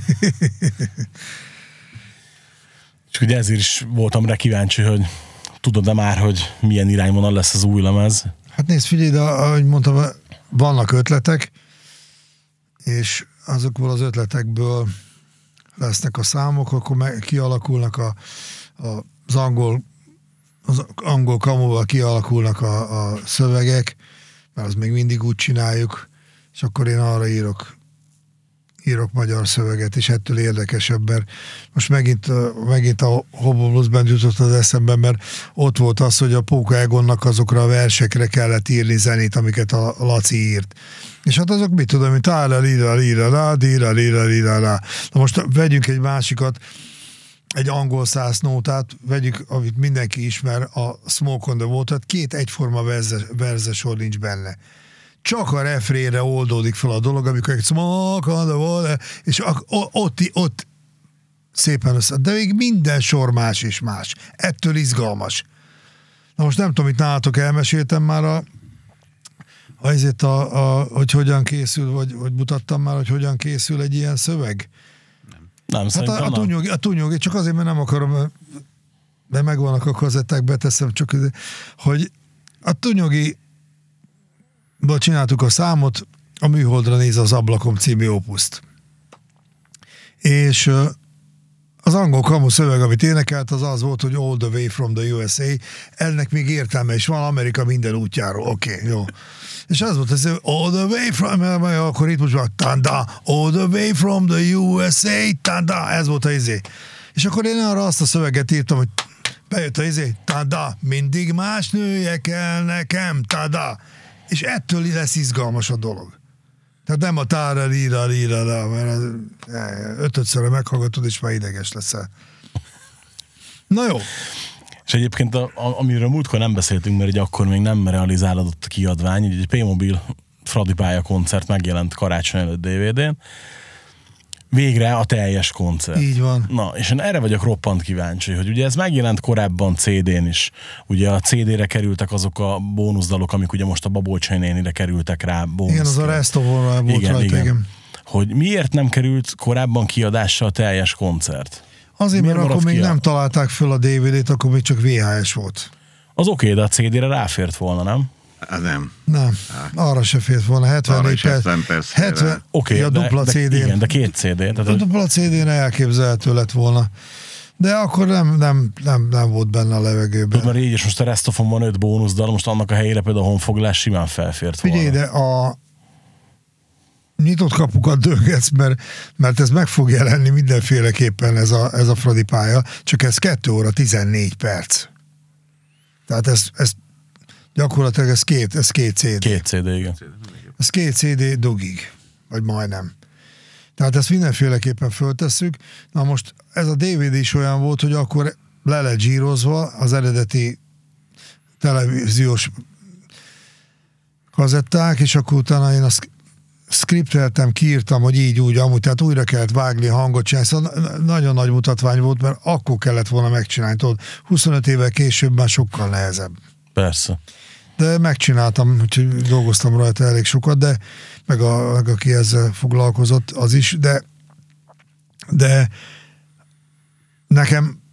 És ugye ezért is voltam rá kíváncsi, hogy tudod-e már, hogy milyen irányvonal lesz az új lemez? Hát nézd, figyelj, de ahogy mondtam, vannak ötletek, és azokból az ötletekből lesznek a számok, akkor meg kialakulnak a, a, az angol az angol kamuval kialakulnak a, a szövegek, mert az még mindig úgy csináljuk, és akkor én arra írok írok magyar szöveget, és ettől érdekesebb, mert most megint, megint a Hobo Blues Band jutott az eszemben, mert ott volt az, hogy a Póka Egonnak azokra a versekre kellett írni zenét, amiket a Laci írt. És hát azok mit tudom, mint ára, lira, lira, lá, dira, lira, lira, lá. Na most vegyünk egy másikat, egy angol száz nótát, vegyük, amit mindenki ismer, a Smoke on the Water-t, két egyforma verze, verzesor nincs benne. Csak a refrénre oldódik fel a dolog, amikor egy Smoke on the Water, és ott, ott szépen össze. De még minden sor más és más. Ettől izgalmas. Na most nem tudom, itt nálatok elmeséltem már a, azért a, a, hogy hogyan készül, vagy, vagy mutattam már, hogy hogyan készül egy ilyen szöveg. Nem, hát a, a, tunyog, a tunyog, csak azért, mert nem akarom, de megvannak a kazetták, beteszem, csak hogy a tunyogi csináltuk a számot, a Műholdra néz az ablakom című opuszt. És az angol kamu szöveg, amit énekelt, az az volt, hogy All the way from the U S A, ennek még értelme is van, Amerika minden útjáról, oké, okay, jó. És az volt, hogy all the way from, akkor itt most van, tanda, all the way from the U S A, tanda, ez volt a izé. És akkor én arra azt a szöveget írtam, hogy bejött a izé, tada, mindig más nője kell nekem, tada. És ettől lesz izgalmas a dolog. Tehát nem a tára, líra, líra, líra, mert ötödszörre meghallgatod, és már ideges leszel. Na jó. És egyébként, a, a, amiről múltkor nem beszéltünk, mert ugye akkor még nem realizálódott a kiadvány, ugye egy P-Mobil Fradi Pálya koncert megjelent karácsony előtt dé vé dén. Végre a teljes koncert. Így van. Na, és én erre vagyok roppant kíváncsi, hogy ugye ez megjelent korábban cé dén is. Ugye a cé dére kerültek azok a bónuszdalok, amik ugye most a Babolcsai nénire kerültek rá bónuszként. Igen, az a Rest of All volt igen, rajta, igen. igen. Hogy miért nem került korábban kiadásra a teljes koncert? Azért, miért mert akkor még ki a... nem találták föl a dé vé dét, akkor még csak vé há es volt. Az oké, okay, de a cé dére ráfért volna, nem? Hát nem. Nem, arra se fért volna. hetvennégy perc. hetven Oké, okay, a dupla de, cé dén. Igen, de két cé dé. Tehát a dupla cé dén elképzelhető lett volna. De akkor nem, nem, nem, nem volt benne a levegőben. Tudod, mert így is most a Restofon van öt bónuszdal, most annak a helyére például a honfoglás simán felfért volna. Figyelj, de a nyitott kapukat döngetsz, mert, mert ez meg fog jelenni mindenféleképpen ez a, ez a Fradi Pálya, csak ez kettő óra tizennégy perc. Tehát ez, ez gyakorlatilag ez két, ez két cé dé. Két cé dé, igen. Ez két cé dé dugig, vagy majdnem. Tehát ezt mindenféleképpen föltesszük. Na most ez a dé vé dé is olyan volt, hogy akkor le lett zsírozva az eredeti televíziós kazetták, és akkor utána én azt skripteltem, kiírtam, hogy így, úgy, amúgy, tehát újra kellett vágni, hangot csinálni, szóval nagyon nagy mutatvány volt, mert akkor kellett volna megcsinálni, tudod, huszonöt évvel később már sokkal nehezebb. Persze. De megcsináltam, úgyhogy dolgoztam rajta elég sokat, de meg, a, meg aki ezzel foglalkozott, az is, de de nekem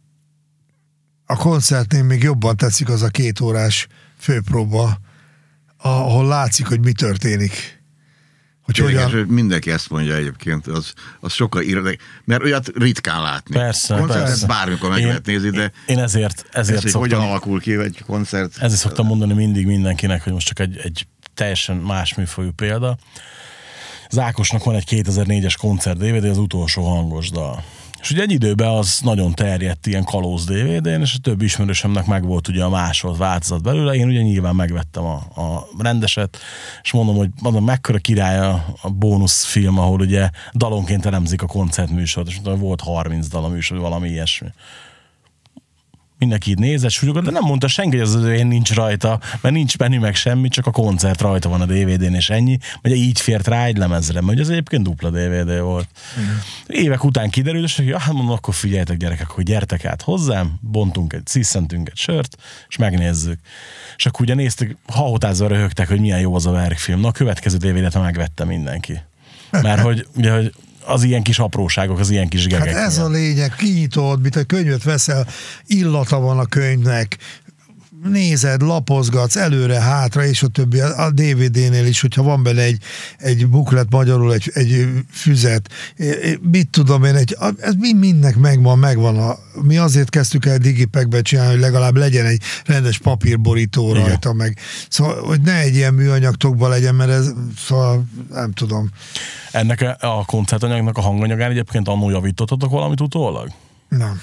a koncertnél még jobban tetszik az a két órás főpróba, ahol látszik, hogy mi történik. Hogy Tényleg, hogyan... mindenki ezt mondja egyébként, az, az sokkal érdekes, mert olyat ritkán látni. Persze, koncertet persze. Bármikor meg én, lehet nézni, de én ezért, ezért ez, hogy szoktam, hogyan alakul ki egy koncert. ezért szoktam mondani mindig mindenkinek, hogy most csak egy, egy teljesen más műfajú példa. Az Ákosnak van egy kétezer-négyes koncert dé vé dé, az utolsó hangos dal. És ugye egy időben az nagyon terjedt ilyen kalóz dé vé dén, és a többi ismerősömnek meg volt ugye a másolt változat belőle. Én ugye nyilván megvettem a, a rendeset, és mondom, hogy mondom, mekkora király a, a bónuszfilm, ahol ugye dalonként elemzik a koncertműsort, és mondom, volt harminc dal a műsor, valami ilyesmi. mindenki így nézett, súlyogott, de nem mondta senki, hogy az az én nincs rajta, mert nincs menü meg semmi, csak a koncert rajta van a dé vé dén, és ennyi. Ugye így fért rá egy lemezre, mert az egyébként dupla dé vé dé volt. Mm. Évek után kiderült, és hogy ah, mondom, akkor figyeljetek gyerekek, hogy gyertek át hozzám, bontunk egy, sziszentünk egy sört, és megnézzük. És akkor ugye néztük, hahotázva röhögtek, hogy milyen jó az a verkfilm. Na a következő dé vé dét megvette mindenki. Mert hogy, ugye, hogy az ilyen kis apróságok, az ilyen kis gegek. Hát ez a lényeg, kinyitod, mint a könyvet veszel, illata van a könyvnek, nézed, lapozgatsz előre, hátra, és a többi. A dé vé dénél is, hogyha van benne egy, egy buklet, magyarul egy, egy füzet, mit tudom én, egy, ez mindnek megvan, megvan. A, mi azért kezdtük el digipekbe csinálni, hogy legalább legyen egy rendes papírborító rajta, igen. Meg. Szóval, hogy ne egy ilyen műanyagtokban legyen, mert ez, szóval nem tudom. Ennek a, a koncertanyagnak a hanganyagán egyébként annól javítottatok valamit utólag? Nem.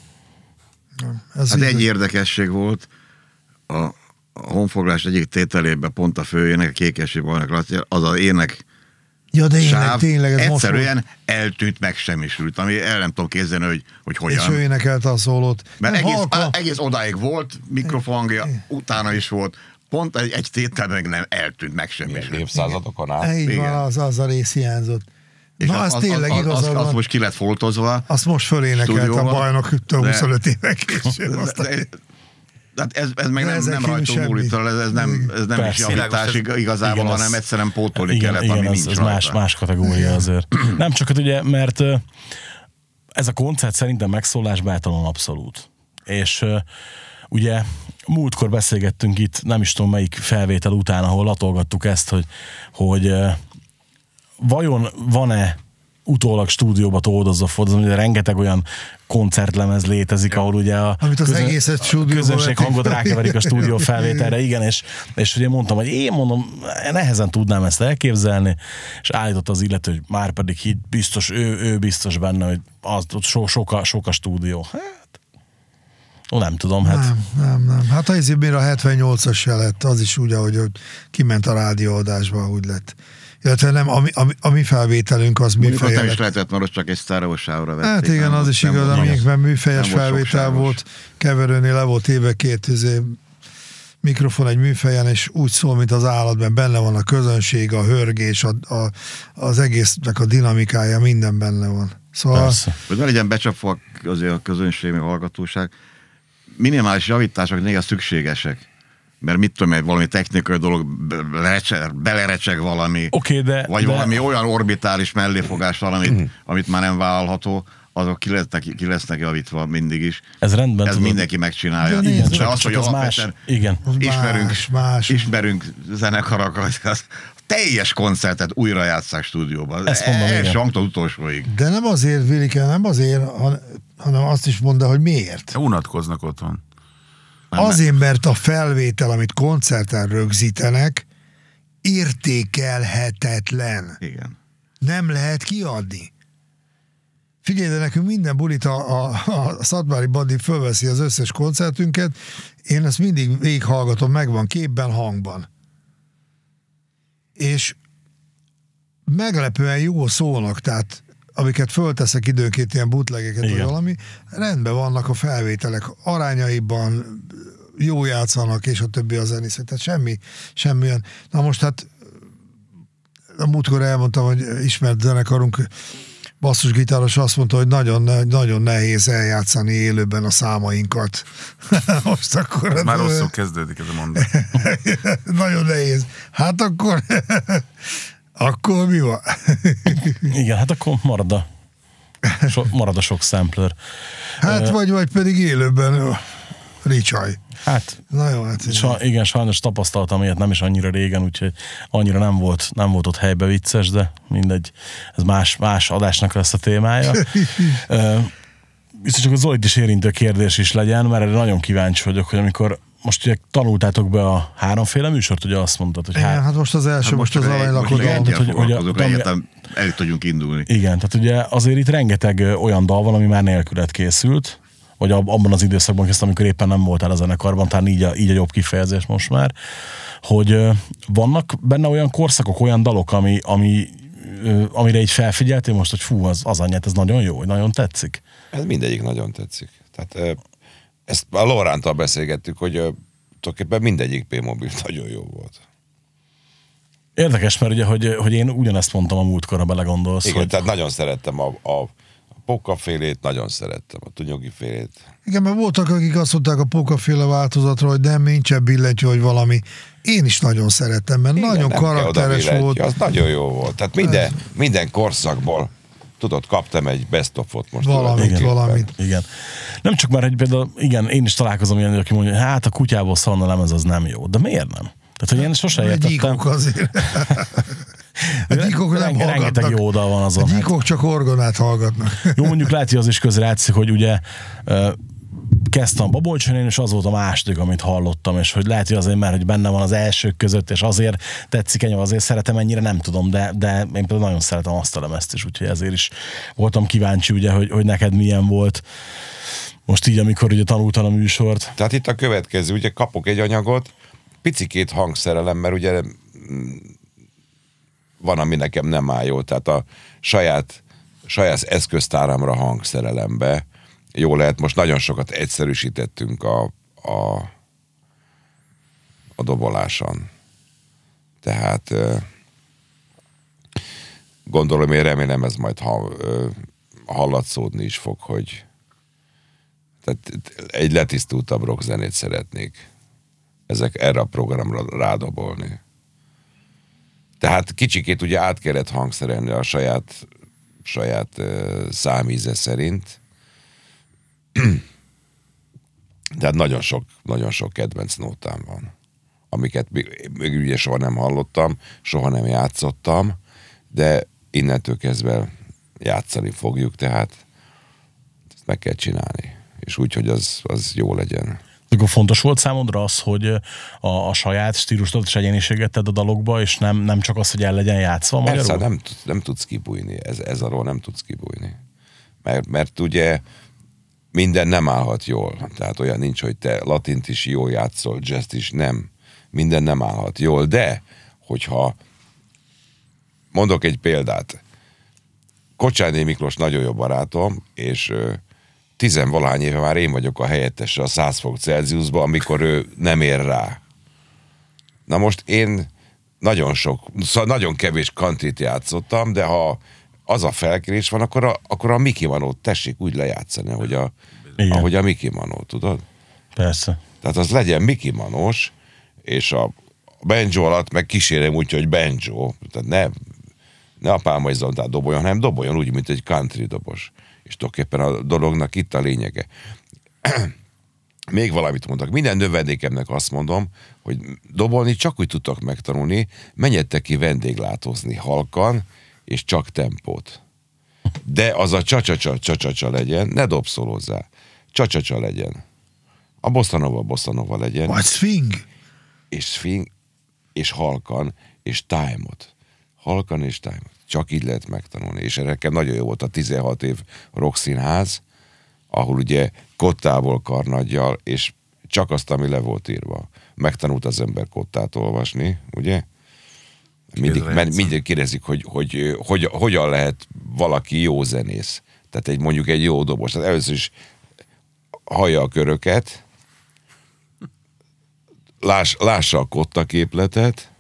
Nem. Ez hát így, egy érdekesség volt, a, a honfoglás egyik tételében pont a főjének, a Kékesi Balnak Laci, az az ének ja, de sáv tényleg, ez egyszerűen most eltűnt, megsemmisült, ami el nem tudom képzelni, hogy, hogy hogyan. És ő énekelte a szólót. Mert egész, halka... egész odáig volt, mikrofonhangja, utána is volt, pont egy, egy tétel meg nem eltűnt, megsemmisült. Évszázadokon át. Így van, az, az a rész hiányzott. És na, az, az tényleg az, igazad az, van. az most ki lett foltozva. Azt most fölénekelt a bajnok huszonöt éve később. De, de, de ez, ez meg nem, nem rajtunk múlik, ez, ez nem, ez nem is javítás igazából, igen, hanem egyszerűen pótolni igen, kellett, igen, ami ez, nincs ez rajta. más, más kategória azért. Nem csak hát ugye, mert ez a koncert szerintem megszólásbátalan abszolút. És ugye múltkor beszélgettünk itt, nem is tudom melyik felvétel után, ahol latolgattuk ezt, hogy, hogy vajon van-e utólag stúdióba toldozva fordozva, ugye rengeteg olyan koncertlemez létezik, ahol ugye a amit az közön, egészet stúdióba közönség hangot rákeverik a stúdió felvételre, igen, és, és ugye mondtam, hogy én mondom, nehezen tudnám ezt elképzelni, és állított az illető, hogy már pedig hit, biztos, ő, ő biztos benne, hogy az, ott so, sok, a, sok a stúdió. Hát, ó, nem tudom, hát. Nem, nem, nem. Hát az azért a hetvennyolcas se lett, az is úgy, ahogy kiment a rádióadásba, úgy lett. Illetve nem, a mi, a, a mi felvételünk az műfejes. Nem is lehetett, mert csak egy sztereósávra vették. Hát igen, az is igaz, amikben műfejes felvétel volt, keverőnél le volt éve két üzé, mikrofon egy műfejen, és úgy szól, mint az állatban, benne van a közönség, a hörgés, a, a, az egésznek a dinamikája, minden benne van. Szóval... Persze. Hogy ne legyen becsapva azért a közönség, a hallgatóság, minimális javítások néha szükségesek. Mert mit tudom, valami technikai dolog belerecseg valami, okay, de, vagy de... valami olyan orbitális melléfogás valamit, amit már nem vállalható, azok ki lesznek, ki lesznek javítva mindig is. Ez rendben. Ez tudod. mindenki megcsinálja. Igen, de csak, az, csak hogy az más. Igen. Ismerünk, más, más. ismerünk zenekarokat, az teljes koncertet újra játsszák stúdióban. Ezt mondom, első hangtól utolsóig. De nem azért, Vilike, nem azért, hanem azt is mondd, hogy miért. Unatkoznak otthon. Azért, mert a felvétel, amit koncerten rögzítenek, értékelhetetlen. Igen. Nem lehet kiadni. Figyelj, de nekünk minden bulit a, a, a Szatmári Bandi fölveszi az összes koncertünket, én ezt mindig végighallgatom, megvan képben, hangban. És meglepően jó szólnak, tehát amiket fölteszek időnként, ilyen bootlegeket, vagy valami, rendben vannak a felvételek, arányaiban jó játszanak, és a többi a zenészek, tehát semmi, semmi olyan. Na most hát a múltkor elmondtam, hogy ismert zenekarunk basszusgitáros azt mondta, hogy nagyon, nagyon nehéz eljátszani élőben a számainkat. Most akkor... Ez már rosszul kezdődik ez a mondat. Nagyon nehéz. Hát akkor... Akkor mi van? Igen, hát akkor marad a, so, marad a sok sampler. Hát uh, vagy, vagy pedig élőben ricsaj. Hát, na jó, hát sa, igen, sajnos tapasztaltam ilyet nem is annyira régen, úgyhogy annyira nem volt, nem volt ott helybe vicces, de mindegy, ez más, más adásnak lesz a témája. uh, Biztos csak a Zolit is érintő kérdés is legyen, mert erre nagyon kíváncsi vagyok, hogy amikor most ugye tanultátok be a háromféle műsort, ugye azt mondtad, hogy... Igen, hát, hát most az első, hát most, most az aranylakodalom. Most hogy, hogy a, legyetem, el tudjunk indulni. Igen, tehát ugye azért itt rengeteg olyan dal van, ami már nélküled készült, vagy abban az időszakban kezdtem, amikor éppen nem voltál a zenekarban, talán így a, így a jobb kifejezés most már, hogy vannak benne olyan korszakok, olyan dalok, ami, ami, amire így felfigyeltél most, hogy fú, az, az anyját, ez nagyon jó, hogy nagyon tetszik. Ez mindegyik nagyon tetszik. Tehát ezt a Lorántal beszélgettük, hogy ö, tulajdonképpen mindegyik P-mobil nagyon jó volt. Érdekes, mert ugye, hogy, hogy én ugyanezt mondtam a múltkor, ha belegondolsz. Igen, hogy... tehát nagyon szerettem a, a, a pókafélét, nagyon szerettem a tunyogi félét. Igen, mert voltak, akik azt mondták a pókaféle változatra, hogy nem, nincsen billentyű, hogy valami. Én is nagyon szerettem, mert Igen, nagyon nem kell karakteres oda volt. billentyű, az nagyon jó volt. Tehát minden, minden korszakból, tudod, kaptam egy best of-ot most. Valamit, tulajdonképpen. valamit. Igen. Nem csak már, hogy például, igen, én is találkozom ilyen, aki mondja, hogy hát a kutyából szólna lemez az nem jó. De miért nem? Tehát, hogy én sosem A értettem. gyíkok azért. A gyíkok nem Renge- Rengeteg hallgatnak. jó oldal van A azon. gyíkok csak orgonát hallgatnak. Jó, mondjuk lehet, hogy az is közrejátszik, hogy ugye ö, kezdtem a Babolcsonén, és az volt a második, amit hallottam, és hogy lehet, hogy azért, mert hogy benne van az elsők között, és azért tetszik ennyi, azért szeretem ennyire, nem tudom, de, de én például nagyon szeretem azt a lemezt is, úgyhogy ezért is voltam kíváncsi, ugye, hogy, hogy neked milyen volt. Most így, amikor ugye tanultam a műsort. Tehát itt a következő, ugye kapok egy anyagot, picikét hangszerelem, mert ugye mm, van, ami nekem nem áll jól, tehát a saját, saját eszköztáramra hangszerelem be. Jó lehet, most nagyon sokat egyszerűsítettünk a, a, a doboláson. Tehát gondolom, én remélem ez majd ha, hallatszódni is fog, hogy tehát egy letisztultabb rockzenét szeretnék ezek erre a programra rádobolni. Tehát kicsikét ugye át kellett hangszerelni a saját, saját uh, számíze szerint. Tehát nagyon sok, nagyon sok kedvenc nótám van, amiket még, még ugye soha nem hallottam, soha nem játszottam, de innentől kezdve játszani fogjuk, tehát ezt meg kell csinálni. És úgy, hogy az, az jó legyen. Akkor fontos volt számodra az, hogy a, a saját stílusodat és egyéniséget tedd a dalokba, és nem, nem csak az, hogy el legyen játszva magyarul? Persze, nem, nem tudsz kibújni, ez, ez arról nem tudsz kibújni. Mert, mert ugye minden nem állhat jól. Tehát olyan nincs, hogy te latint is jól játszol, jazz is nem. Minden nem állhat jól, de hogyha mondok egy példát. Kocsányné Miklós nagyon jó barátom, és tizenvalahány éve már én vagyok a helyettese a száz fok Celsiusban, amikor ő nem ér rá. Na most én nagyon sok, szóval nagyon kevés countryt játszottam, de ha az a felkérés van, akkor a, akkor a Mickey Manót tessék úgy lejátszani, ahogy a, ahogy a Mickey Manó, tudod? Persze. Tehát az legyen Mickey Manós, és a banjo alatt meg kísérem úgy, hogy banjo, tehát ne, ne a Pálmai Zoltán doboljon, hanem doboljon úgy, mint egy country dobos. És tulajdonképpen a dolognak itt a lényege. Még valamit mondok. Minden növendékemnek azt mondom, hogy dobolni csak úgy tudtak megtanulni, menjetek ki vendéglátózni halkan, és csak tempót. De az a csa-csa-csa-csa-csa legyen, ne dobszolozzál. Csa-csa-csa legyen. A bosszanova bosszanova legyen. Vagy swing. És swing, és halkan, és time-ot. Halkan és time-ot. Csak így lehet megtanulni. És nekem nagyon jó volt a tizenhat év rockszínház, ahol ugye kottából, karnaggyal, és csak azt, ami le volt írva. Megtanult az ember kottát olvasni, ugye? Mindig, mert mindig kérdezik, hogy, hogy, hogy, hogy hogyan lehet valaki jó zenész. Tehát egy, mondjuk egy jó dobos. Tehát először is hallja a köröket, láss, lássa a kotta képletet,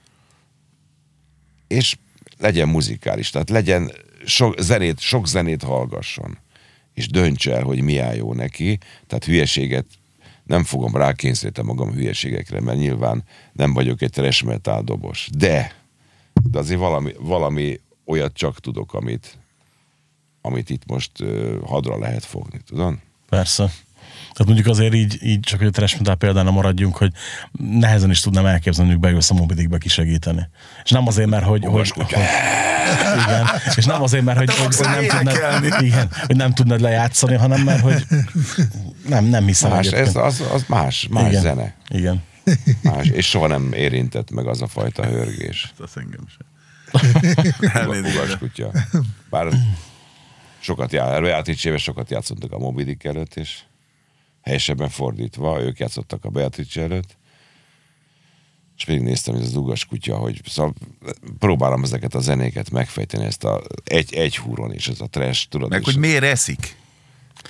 és legyen muzikális, tehát legyen sok zenét, sok zenét hallgasson, és dönts el, hogy mi áll jó neki, tehát hülyeséget nem fogom rákényszeríteni magam hülyeségekre, mert nyilván nem vagyok egy thrash metal dobos, de, de azért valami, valami olyat csak tudok, amit, amit itt most uh, hadra lehet fogni, tudod? Persze. Tehát mondjuk azért így, így csak hogy a thrash metal például maradjunk, hogy nehezen is tudnám elképzelni, hogy bejössz a Moby Dickbe kisegíteni. És nem azért, mert hogy... hogy, hogy igen, és nem azért, mert hogy, hogy, hogy, nem tudnád, igen, hogy nem tudnád lejátszani, hanem mert hogy nem, nem hiszem. Más, ez, az, az más, más igen, zene. Igen. Más, és soha nem érintett meg az a fajta hörgés. Az engem sem. Ugas kutya. Bár sokat jár, Beatrice-éve sokat játszottak a Moby Dick előtt, és helyesebben fordítva, ők játszottak a Beatrice előtt, és még néztem, hogy ez az ugas kutya, hogy szóval próbálom ezeket a zenéket megfejteni, ezt a egy, egy húron, és ez a trash, tudod. Meg hogy miért eszik?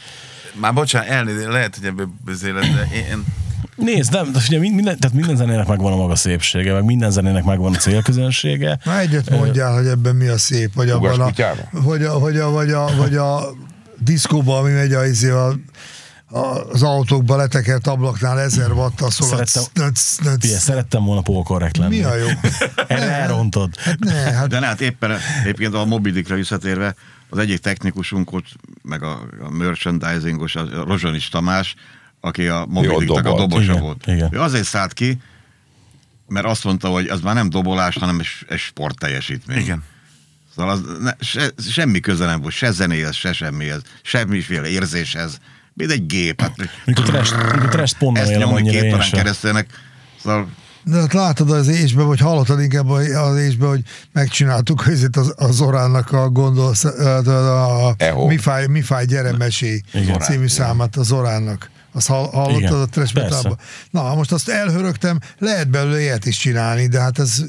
Már bocsánat, elnézést, lehet, hogy ebből beszélek, de én... Nézd, nem, de figyelj, minden, tehát minden zenének megvan a maga szépsége, meg minden zenének megvan a célközönsége. Na egyet mondjál, hogy ebben mi a szép, vagy abban a, vagy a, vagy a, vagy a, vagy a diszkóban, ami megy a, a, a, az autókba letekert ablaknál ezer watt-tal szól. Szerettem, nöc, nöc. Figyelj, szerettem volna polkorrekt lenni. Mi a jó? Erre elrontod. Hát ne, hát... De ne, hát éppen egyébként a Moby-Dickre visszatérve, az egyik technikusunk ott, meg a, a merchandisingos, a Rozsonics Tamás, aki a Moby-Dicknek a dobosa igen, volt. Igen. Ő azért szállt ki, mert azt mondta, hogy az már nem dobolás, hanem egy sportteljesítmény. Igen. Szóval az ne, se, semmi köze nem volt, se zenéhez, se semmihez, semmiféle érzéshez. Mint egy gép. Hát, Mikor Trest Ponnan ezt élem nyomni annyira két én órán sem. keresztülnek. Szóval De hát látod az ésbe, vagy hallottad inkább az ésbe, hogy megcsináltuk azért az, az Oránnak a gondolsz, a, a mi, fáj, mi fáj, gyere mesélj Igen. című számát az Oránnak. Azt hall, hallottad Igen, a trash persze. metalba? Na, most azt elhörögtem, lehet belőle ilyet is csinálni, de hát ez...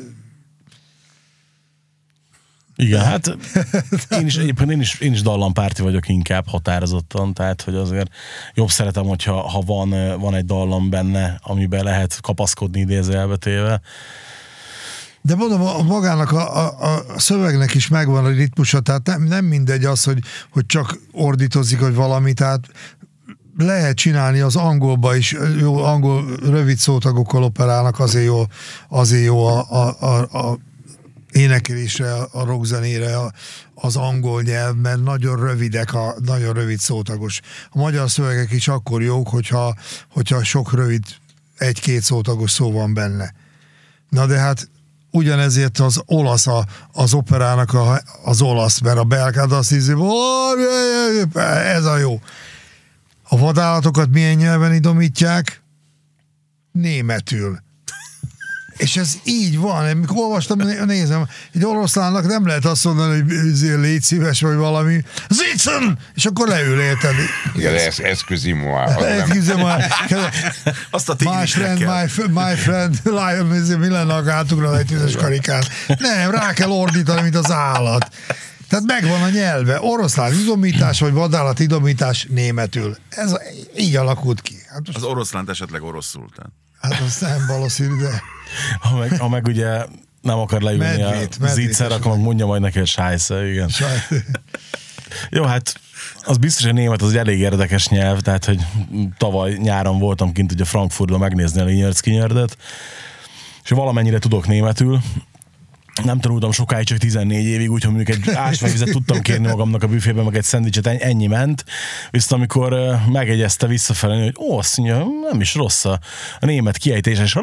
Igen, hát én is, egyébként én is, én is dallampárti vagyok inkább határozottan, tehát hogy azért jobb szeretem, hogyha ha van, van egy dallam benne, amiben lehet kapaszkodni idézőjelbe téve. De mondom, a magának a, a, a szövegnek is megvan a ritmusa, tehát nem, nem mindegy az, hogy, hogy csak ordítozik, hogy valami, tehát lehet csinálni az angolba is, jó, angol rövid szótagokkal operálnak, azért jó, azért jó a, a, a, a énekelésre, a rockzenére az angol nyelv, mert nagyon rövidek, a, nagyon rövid szótagos. A magyar szövegek is akkor jók, hogyha, hogyha sok rövid, egy-két szótagos szó van benne. Na de hát ugyanezért az olasz, a, az operának a, az olasz, mert a belgád azt hiszi, ez a jó. A vadállatokat milyen nyelven idomítják? Németül. És ez így van. Amikor olvastam, nézem, egy oroszlánnak nem lehet azt mondani, hogy légy szíves, vagy valami. Zitzen! És akkor leül, érted? Igen, ez eszküzimó. Azt a My tigrisnek friend, kell. my, my friend, lion, mi lenne a hátunkra egy tízes karikán? Nem, rá kell ordítani, mint az állat. Tehát megvan a nyelve. Oroszlán idomítás, vagy vadállat idomítás németül. Ez a, így alakult ki. Hát most, Az oroszlánt esetleg oroszul. Tehát. hát az nem valószínű, de... Ha meg, ha meg ugye nem akar leülni Medvét, a medvét zicser, is akkor meg mondja majd neki, hogy sájsze, igen. Sajt. Jó, hát az biztos, hogy német az egy elég érdekes nyelv, tehát, hogy tavaly nyáron voltam kint ugye Frankfurtban megnézni a Linyörc-Kinyördet, és valamennyire tudok németül. Nem tanultam sokáig, csak tizennégy évig, úgyhogy mondjuk egy ásványvizet tudtam kérni magamnak a büfében, meg egy szendvicset, ennyi ment. Viszont amikor megegyezte visszafelé, hogy ó, azt mondja, nem is rossz a, a német kiejtés, és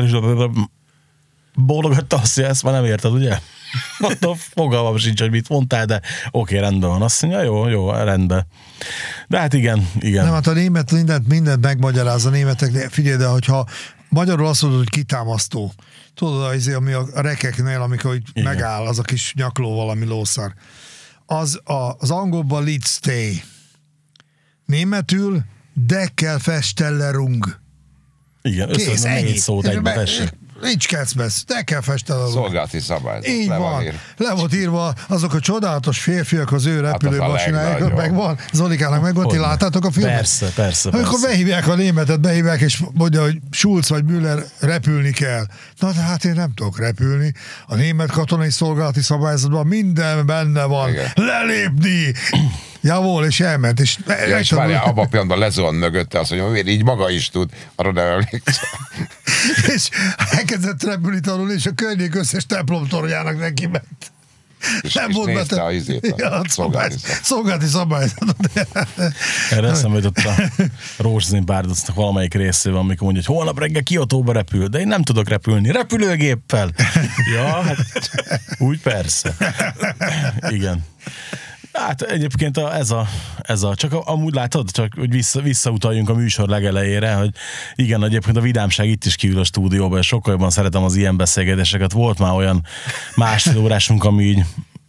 bólogatta azt, hogy ezt már nem érted, ugye? Mondom, fogalmam sincs, hogy mit mondtál, de oké, rendben van. Azt mondja, jó, jó, rendben. De hát igen, igen. Nem, hát a német mindent, mindent megmagyaráz a németek. Figyelj, de hogyha magyarul azt mondod, hogy kitámasztó, tudod, az, ami a rekeknél, amikor igen. megáll, az a kis nyakló valami lószar. Az a, az angolban lead stay. Németül Deckelfestellerung. Igen, Kész, össze ennyi. négy szót egybe tessék. Nincs kecbesz, Deckelfestellerung. Szolgálati szabályzat. Így le van. van ír. Le volt írva azok a csodálatos férfiak az ő repülőmasinájuk, legnagyobb. megvan. Zolikának megvan, ti Hogyne. láttátok a filmet? Persze, persze, Amikor persze. behívják a németet, behívják, és mondja, hogy Schulz vagy Müller repülni kell. Na, de hát én nem tudok repülni. A német katonai szolgálati szabályzatban minden benne van. Igen. Lelépni! Javól, és elment. És, Ja, és várjál, abban a pillanatban lezuhan mögötte, azt mondja, hogy így maga is tud, arra nem emlékszem. és elkezdett repülni tanulni, és a környék összes templomtorjának neki ment. És, Nem és volt nézte bete- a izét, a Ja, a szolgálati szabály- szolgálati szabályzatot. Erre eszembe jutott a Rózsaszín párdocnak valamelyik részében, amikor mondja, hogy holnap reggel Kiotóba repül, de én nem tudok repülni, repülőgéppel. Ja, hát úgy persze. Igen. Hát egyébként a, ez, a, ez a, csak a, amúgy látod, csak hogy vissza, visszautaljunk a műsor legelejére, hogy igen, egyébként a vidámság itt is kívül a stúdióban, és sokkal jobban szeretem az ilyen beszélgetéseket. Volt már olyan másfél órásunk, ami így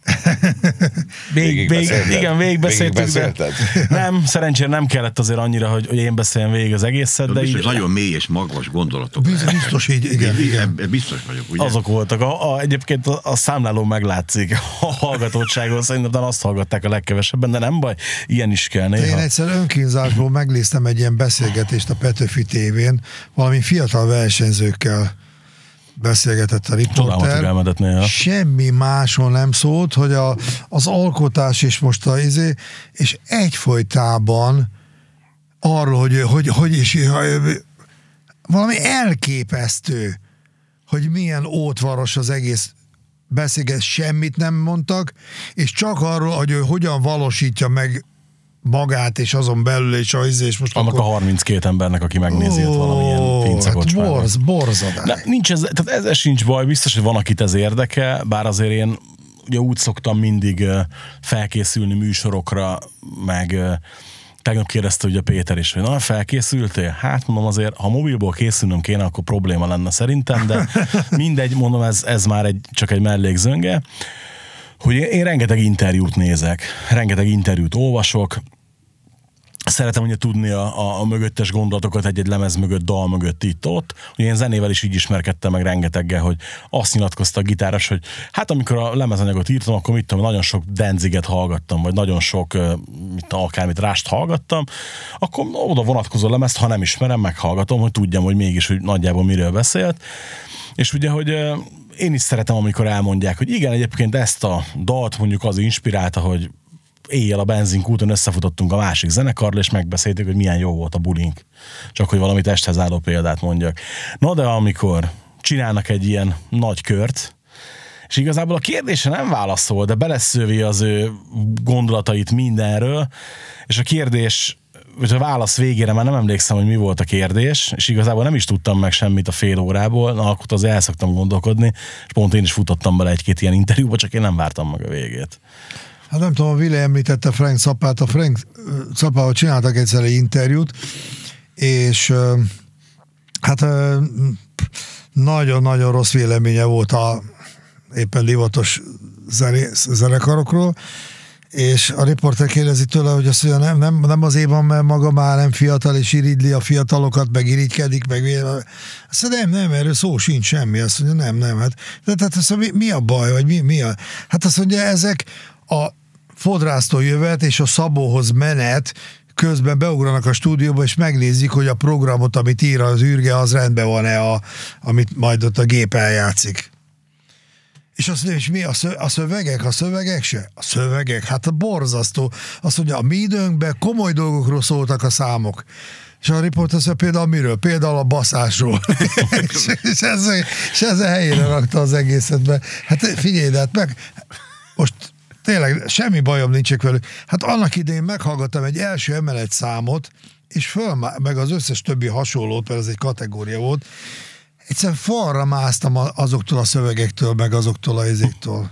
Vég, vég, igen, végigbeszéltük, de nem, szerencsére nem kellett azért annyira, hogy, hogy én beszéljem végig az egészet, de, de így... nagyon mély és magvas gondolatok. Biztos így, igen, igen. Biztos vagyok, ugye? Azok voltak. A, a, egyébként a, a számláló meglátszik a hallgatottságon, szerintem azt hallgatták a legkevesebben, de nem baj, ilyen is kell néha. Én egyszer önkínzásból megnéztem egy ilyen beszélgetést a Petőfi tévén, valami fiatal versenyzőkkel beszélgetett a riporter. Semmi máson nem szólt, hogy a, az alkotás és most a izé, és egyfolytában arról, hogy, hogy, hogy is valami elképesztő, hogy milyen ótvaros az egész beszélget, semmit nem mondtak, és csak arról, hogy ő hogyan valósítja meg magát, és azon belül, és a izé, és most annak akkor... a harminckét embernek, aki megnézi ott valamilyen fincakocsmában. Hát borz, borzadás. Nincs ez, tehát ezzel sincs baj, biztos, hogy van, akit ez érdekel, bár azért én ugye úgy szoktam mindig felkészülni műsorokra, meg tegnap kérdezte ugye Péter is, hogy na, felkészültél? Hát mondom azért, ha mobilból készülnöm kéne, akkor probléma lenne szerintem, de mindegy, mondom, ez, ez már egy, csak egy mellékzönge, hogy én rengeteg interjút nézek, rengeteg interjút olvasok, szeretem ugye tudni a, a, a mögöttes gondolatokat egy-egy lemez mögött, dal mögött itt-ott. Ugye én zenével is így ismerkedtem meg rengeteggel, hogy azt nyilatkozta a gitáros, hogy hát amikor a lemezanyagot írtam, akkor mit tudom, nagyon sok Danziget hallgattam, vagy nagyon sok mit, akármit rást hallgattam, akkor oda vonatkozó lemezt, ha nem ismerem, meghallgatom, hogy tudjam, hogy mégis, hogy nagyjából miről beszélt. És ugye, hogy én is szeretem, amikor elmondják, hogy igen, egyébként ezt a dalt mondjuk az inspirálta, hogy éjjel a benzinkúton összefutottunk a másik zenekarral, és megbeszéltük, hogy milyen jó volt a bulink. Csak hogy valami testhez álló példát mondjak. Na de amikor csinálnak egy ilyen nagy kört, és igazából a kérdésre nem válaszol, de beleszövi az ő gondolatait mindenről, és a kérdés, vagy a válasz végére már nem emlékszem, hogy mi volt a kérdés, és igazából nem is tudtam meg semmit a fél órából, na akkor azért el szoktam gondolkodni, és pont én is futottam bele egy-két ilyen interjúba, csak én nem vártam meg a végét. Hát nem tudom, a Vili említette Frank Zappát, a Frank Zappával csináltak egyszer egy interjút, és hát nagyon-nagyon rossz véleménye volt a éppen divatos zenekarokról, és a riporter kérdezi tőle, hogy azt mondja, nem, nem, nem azért van, mert maga már nem fiatal, és irigyli a fiatalokat, meg irigykedik, meg azt mondja, nem, nem, erről szó sincs semmi, azt mondja, nem, nem, hát, de, tehát azt mondja, mi, mi a baj, vagy mi, mi a, hát azt mondja, ezek a fodrásztól jövet és a Szabóhoz menet közben beugranak a stúdióba, és megnézik, hogy a programot, amit ír az űrge, az rendben van-e, a, amit majd ott a gép eljátszik. És azt mondja, és mi a, szö, a szövegek? A szövegek se? A szövegek? Hát a borzasztó. Azt mondja, a mi időnkben komoly dolgokról szóltak a számok. És a riport azt mondja, például miről? Például a baszásról. és, és, ezzel, és ezzel helyére rakta az egészet be. Hát figyelj, de hát meg most tényleg semmi bajom nincsek velük. Hát annak idején meghallgattam egy első emelet számot, és föl, meg az összes többi hasonlót, mert ez egy kategória volt, egyszerűen falra másztam azoktól a szövegektől, meg azoktól a izéktől.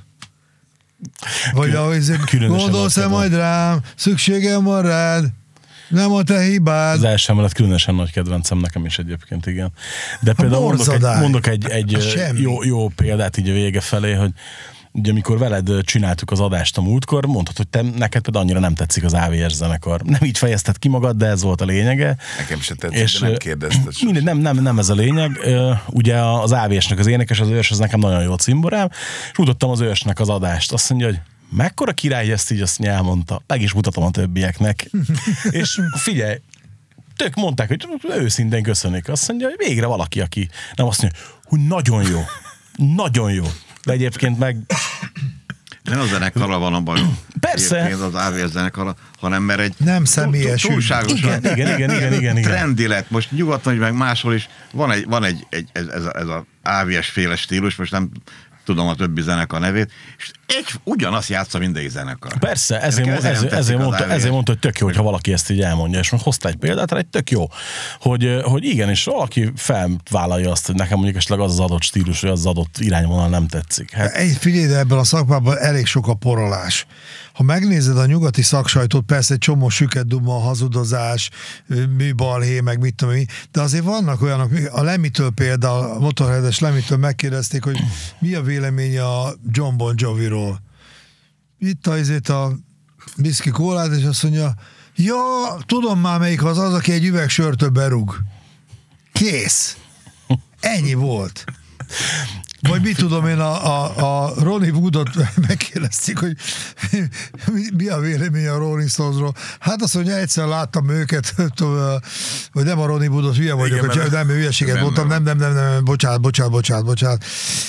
Vagy ahogy gondolsz-e majd rám, szükségem van rád, nem a te hibád. Az első emelet különösen nagy kedvencem nekem is egyébként, igen. De például mondok egy, mondok egy, egy jó, jó példát így a vége felé, hogy ugye amikor veled csináltuk az adást a múltkor, mondtad, hogy te, neked például annyira nem tetszik az á vé es zenekar. Nem így fejezted ki magad, de ez volt a lényege. Nekem se tetszik, és de nem kérdezted. Mindegy, nem, nem, nem ez a lényeg. Ugye az á vé esnek az énekes, az őrs, az nekem nagyon jó cimborám, és mutattam az őrsnek az adást. Azt mondja, hogy mekkora király, ezt így azt elmondta. Meg is mutatom a többieknek. És figyelj, tök mondták, hogy őszintén köszönik. Azt mondja, hogy végre valaki, aki nem azt mondja, hogy nagyon jó, nagyon jó. De egyébként meg... Nem a zenekarra van a bajom. Persze. Egyébként az á vé es zenekarra, hanem mert egy nem személyes túlságosan igen, igen, igen, igen, igen, igen. trendi lett. Most nyugodtan, hogy meg máshol is van egy, van egy, egy ez, ez, a, ez a á vé es féle stílus, most nem tudom a többi zenekar nevét, és egy, ugyanazt játsza mindegyik zenekar. Persze, ezért, ezért, ezért, ezért, mondta, ezért mondta, hogy tök jó, hogyha valaki ezt így elmondja, és most hozta egy példát, egy tök jó, hogy, hogy igen, és valaki felvállalja azt, hogy nekem mondjuk esetleg az az adott stílus, vagy az az adott irányvonal nem tetszik. Hát... Figyelj, de ebben a szakmában elég sok a porolás. Ha megnézed a nyugati szaksajtót, persze egy csomó süket duma, hazudozás, műbalhé, meg mit tudom, de azért vannak olyanok, a Lemitől például, a Motorheades Lemitől megkérdezték, hogy mi a véleménye a John Bon Joviról. itt a, itt a viszki kólát, és azt mondja, ja, tudom már melyik az az, aki egy üveg sörtől berúg. Kész. Ennyi volt. Vagy mit tudom én, a, a, a Ronnie Woodot megkérdezték, hogy mi, mi a vélemény a Rolling Stonesról. Hát azt mondja, egyszer láttam őket, vagy nem a Ronnie Woodot, hülye vagyok, igen, hogy nem, hülyeséget mondtam, nem, nem, nem, nem, bocsánat, bocsánat, bocsánat, bocsánat.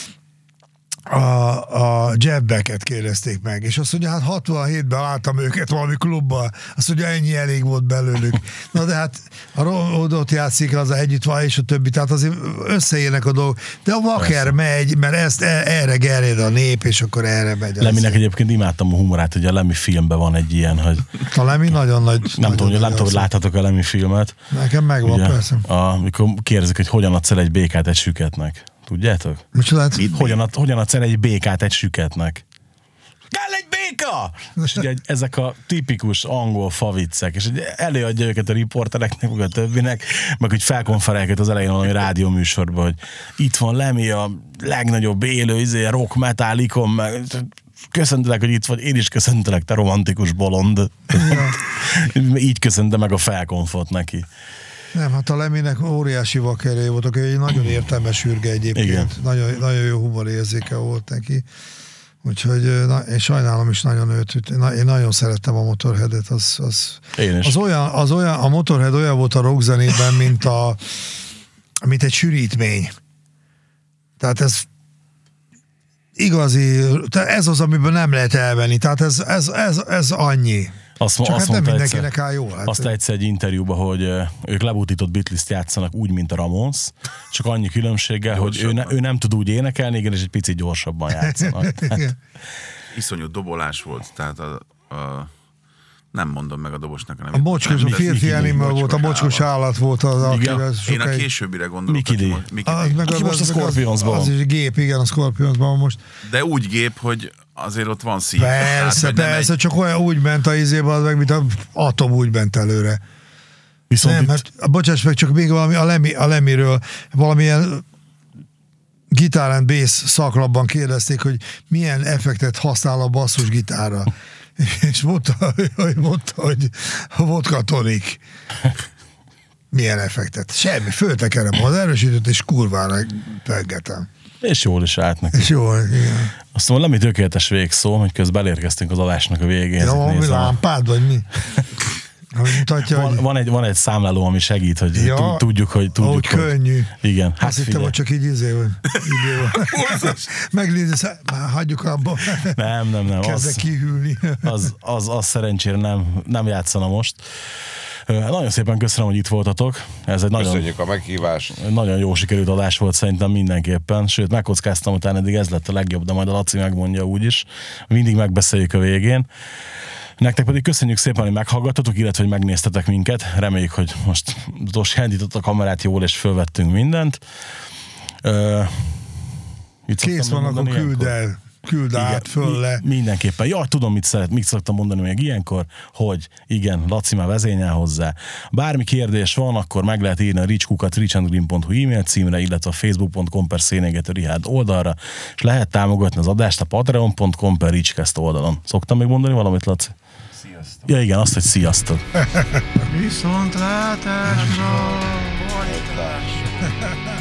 A, a Jeff Becket kérdezték meg, és azt mondja, hát hatvanhétben láttam őket valami klubban, azt mondja, ennyi elég volt belőlük. Na de hát a Rodot játszik, az együtt van, és a többi, tehát azért összeérnek a dolgok, de a Wacker megy, mert ezt erre gerjed a nép, és akkor erre megy. Lemminek egyébként imádtam a humorát, hogy a Lemmy filmben van egy ilyen, hogy... A Lemmy nagyon nagy... Nem tudom, hogy, nem tudom, hogy láthatok a Lemmy filmet. Nekem megvan, ugye, persze. Amikor kérdezik, hogy hogyan adsz el egy békát egy süketnek. Tudjátok? Micsoda? Hogyan, ad, hogyan adsz el egy békát egy süketnek? Kell egy béka! És ugye ezek a tipikus angol faviccek, és ugye előadja őket a riportereknek, meg a többinek, meg hogy felkonferálják az elején valami rádióműsorban, hogy itt van Lemmy, a legnagyobb élő izé, rock metal ikon, meg köszöntelek, hogy itt vagy, én is köszöntelek, te romantikus bolond. Így köszönte meg a felkonfot neki. Nem, hát a Lemminek óriási vakerei voltak, egy nagyon értelmes ürge egyébként. Nagyon, nagyon jó humorérzéke volt neki. Úgyhogy na, én sajnálom is nagyon őt. Na, én nagyon szerettem a Motorheadet. Az, az, én is. Az olyan, az olyan, a Motorhead olyan volt a rockzenében, mint, a, mint egy sűrítmény. Tehát ez igazi, ez az, amiből nem lehet elvenni. Tehát ez, ez, ez, ez annyi. Azt, Csak azt hát nem mindenkinek egyszer, áll jól. Hát. Azt egyszer egy interjúban, hogy ők lebutított Beatles-t játszanak úgy, mint a Ramones, csak annyi különbséggel, hogy ő, ne, ő nem tud úgy énekelni, igen, és egy picit gyorsabban játszanak. Hát. Iszonyú dobolás volt, tehát a, a nem mondom meg a dobosnak a nevét. A mocskos, a férfi animal volt, a mocskos állat volt az, akivel Én a későbbire gondolok. Mickey D. Az, meg aki az, most a Scorpionsban az, az is gép, igen, a Scorpionsban most. De úgy gép, hogy azért ott van szív. Persze, tehát, persze, egy... csak olyan úgy ment a izébe, az meg, mint a atom úgy ment előre. Viszont nem, itt... hát bocsáss meg, csak még valami a, Lemmy, a Lemmyről valamilyen Guitar and Bass szaklapban kérdezték, hogy milyen effektet használ a basszusgitárra. És mondta, hogy, mondta, hogy a vodka tonik. Milyen effektet? Semmi, föltekerem az erősítőt, és kurvára peggetem. És jól is állt neki. És jól, igen. Azt mondom, Lemmy tökéletes végszó, hogy közben elérkeztünk az adásnak a végén. Ja, mi lámpád, vagy mi? Mutatja, van, hogy... van, egy, van egy számláló, ami segít, hogy ja, tudjuk, hogy... Tudjuk, hogy hogy könnyű. Igen. Hát azt hittem, hogy csak így izé, hogy megnézni, már hagyjuk abba. Nem, nem, nem. Kezdek az, kihűlni. Az, az, az szerencsére nem, nem játszana most. Nagyon szépen köszönöm, hogy itt voltatok. Ez egy nagyon, Köszönjük a meghívást. Nagyon jó sikerült adás volt szerintem mindenképpen. Sőt, megkockáztam, utána eddig ez lett a legjobb, de majd a Laci megmondja úgyis. Mindig megbeszéljük a végén. Nektek pedig köszönjük szépen, hogy meghallgattatok, illetve hogy megnéztetek minket. Reméljük, hogy most most hendított a kamerát jól, és fölvettünk mindent. Uh, Kész van, akkor küld el. Küld igen, át, föl le. Mi, mindenképpen. Ja, tudom, mit szeret, mit szoktam mondani még ilyenkor, hogy igen, Laci már vezényel hozzá. Bármi kérdés van, akkor meg lehet írni a richkukat richandgreen pont hu e-mail címre, illetve a facebook pont com per Szénégető Richárd oldalra, és lehet támogatni az adást a patreon pont com per richcast oldalon. Szoktam még mondani valamit, Laci? Sziasztok. Ja igen, azt, hogy sziasztok. Viszontlátásra! Folytatás.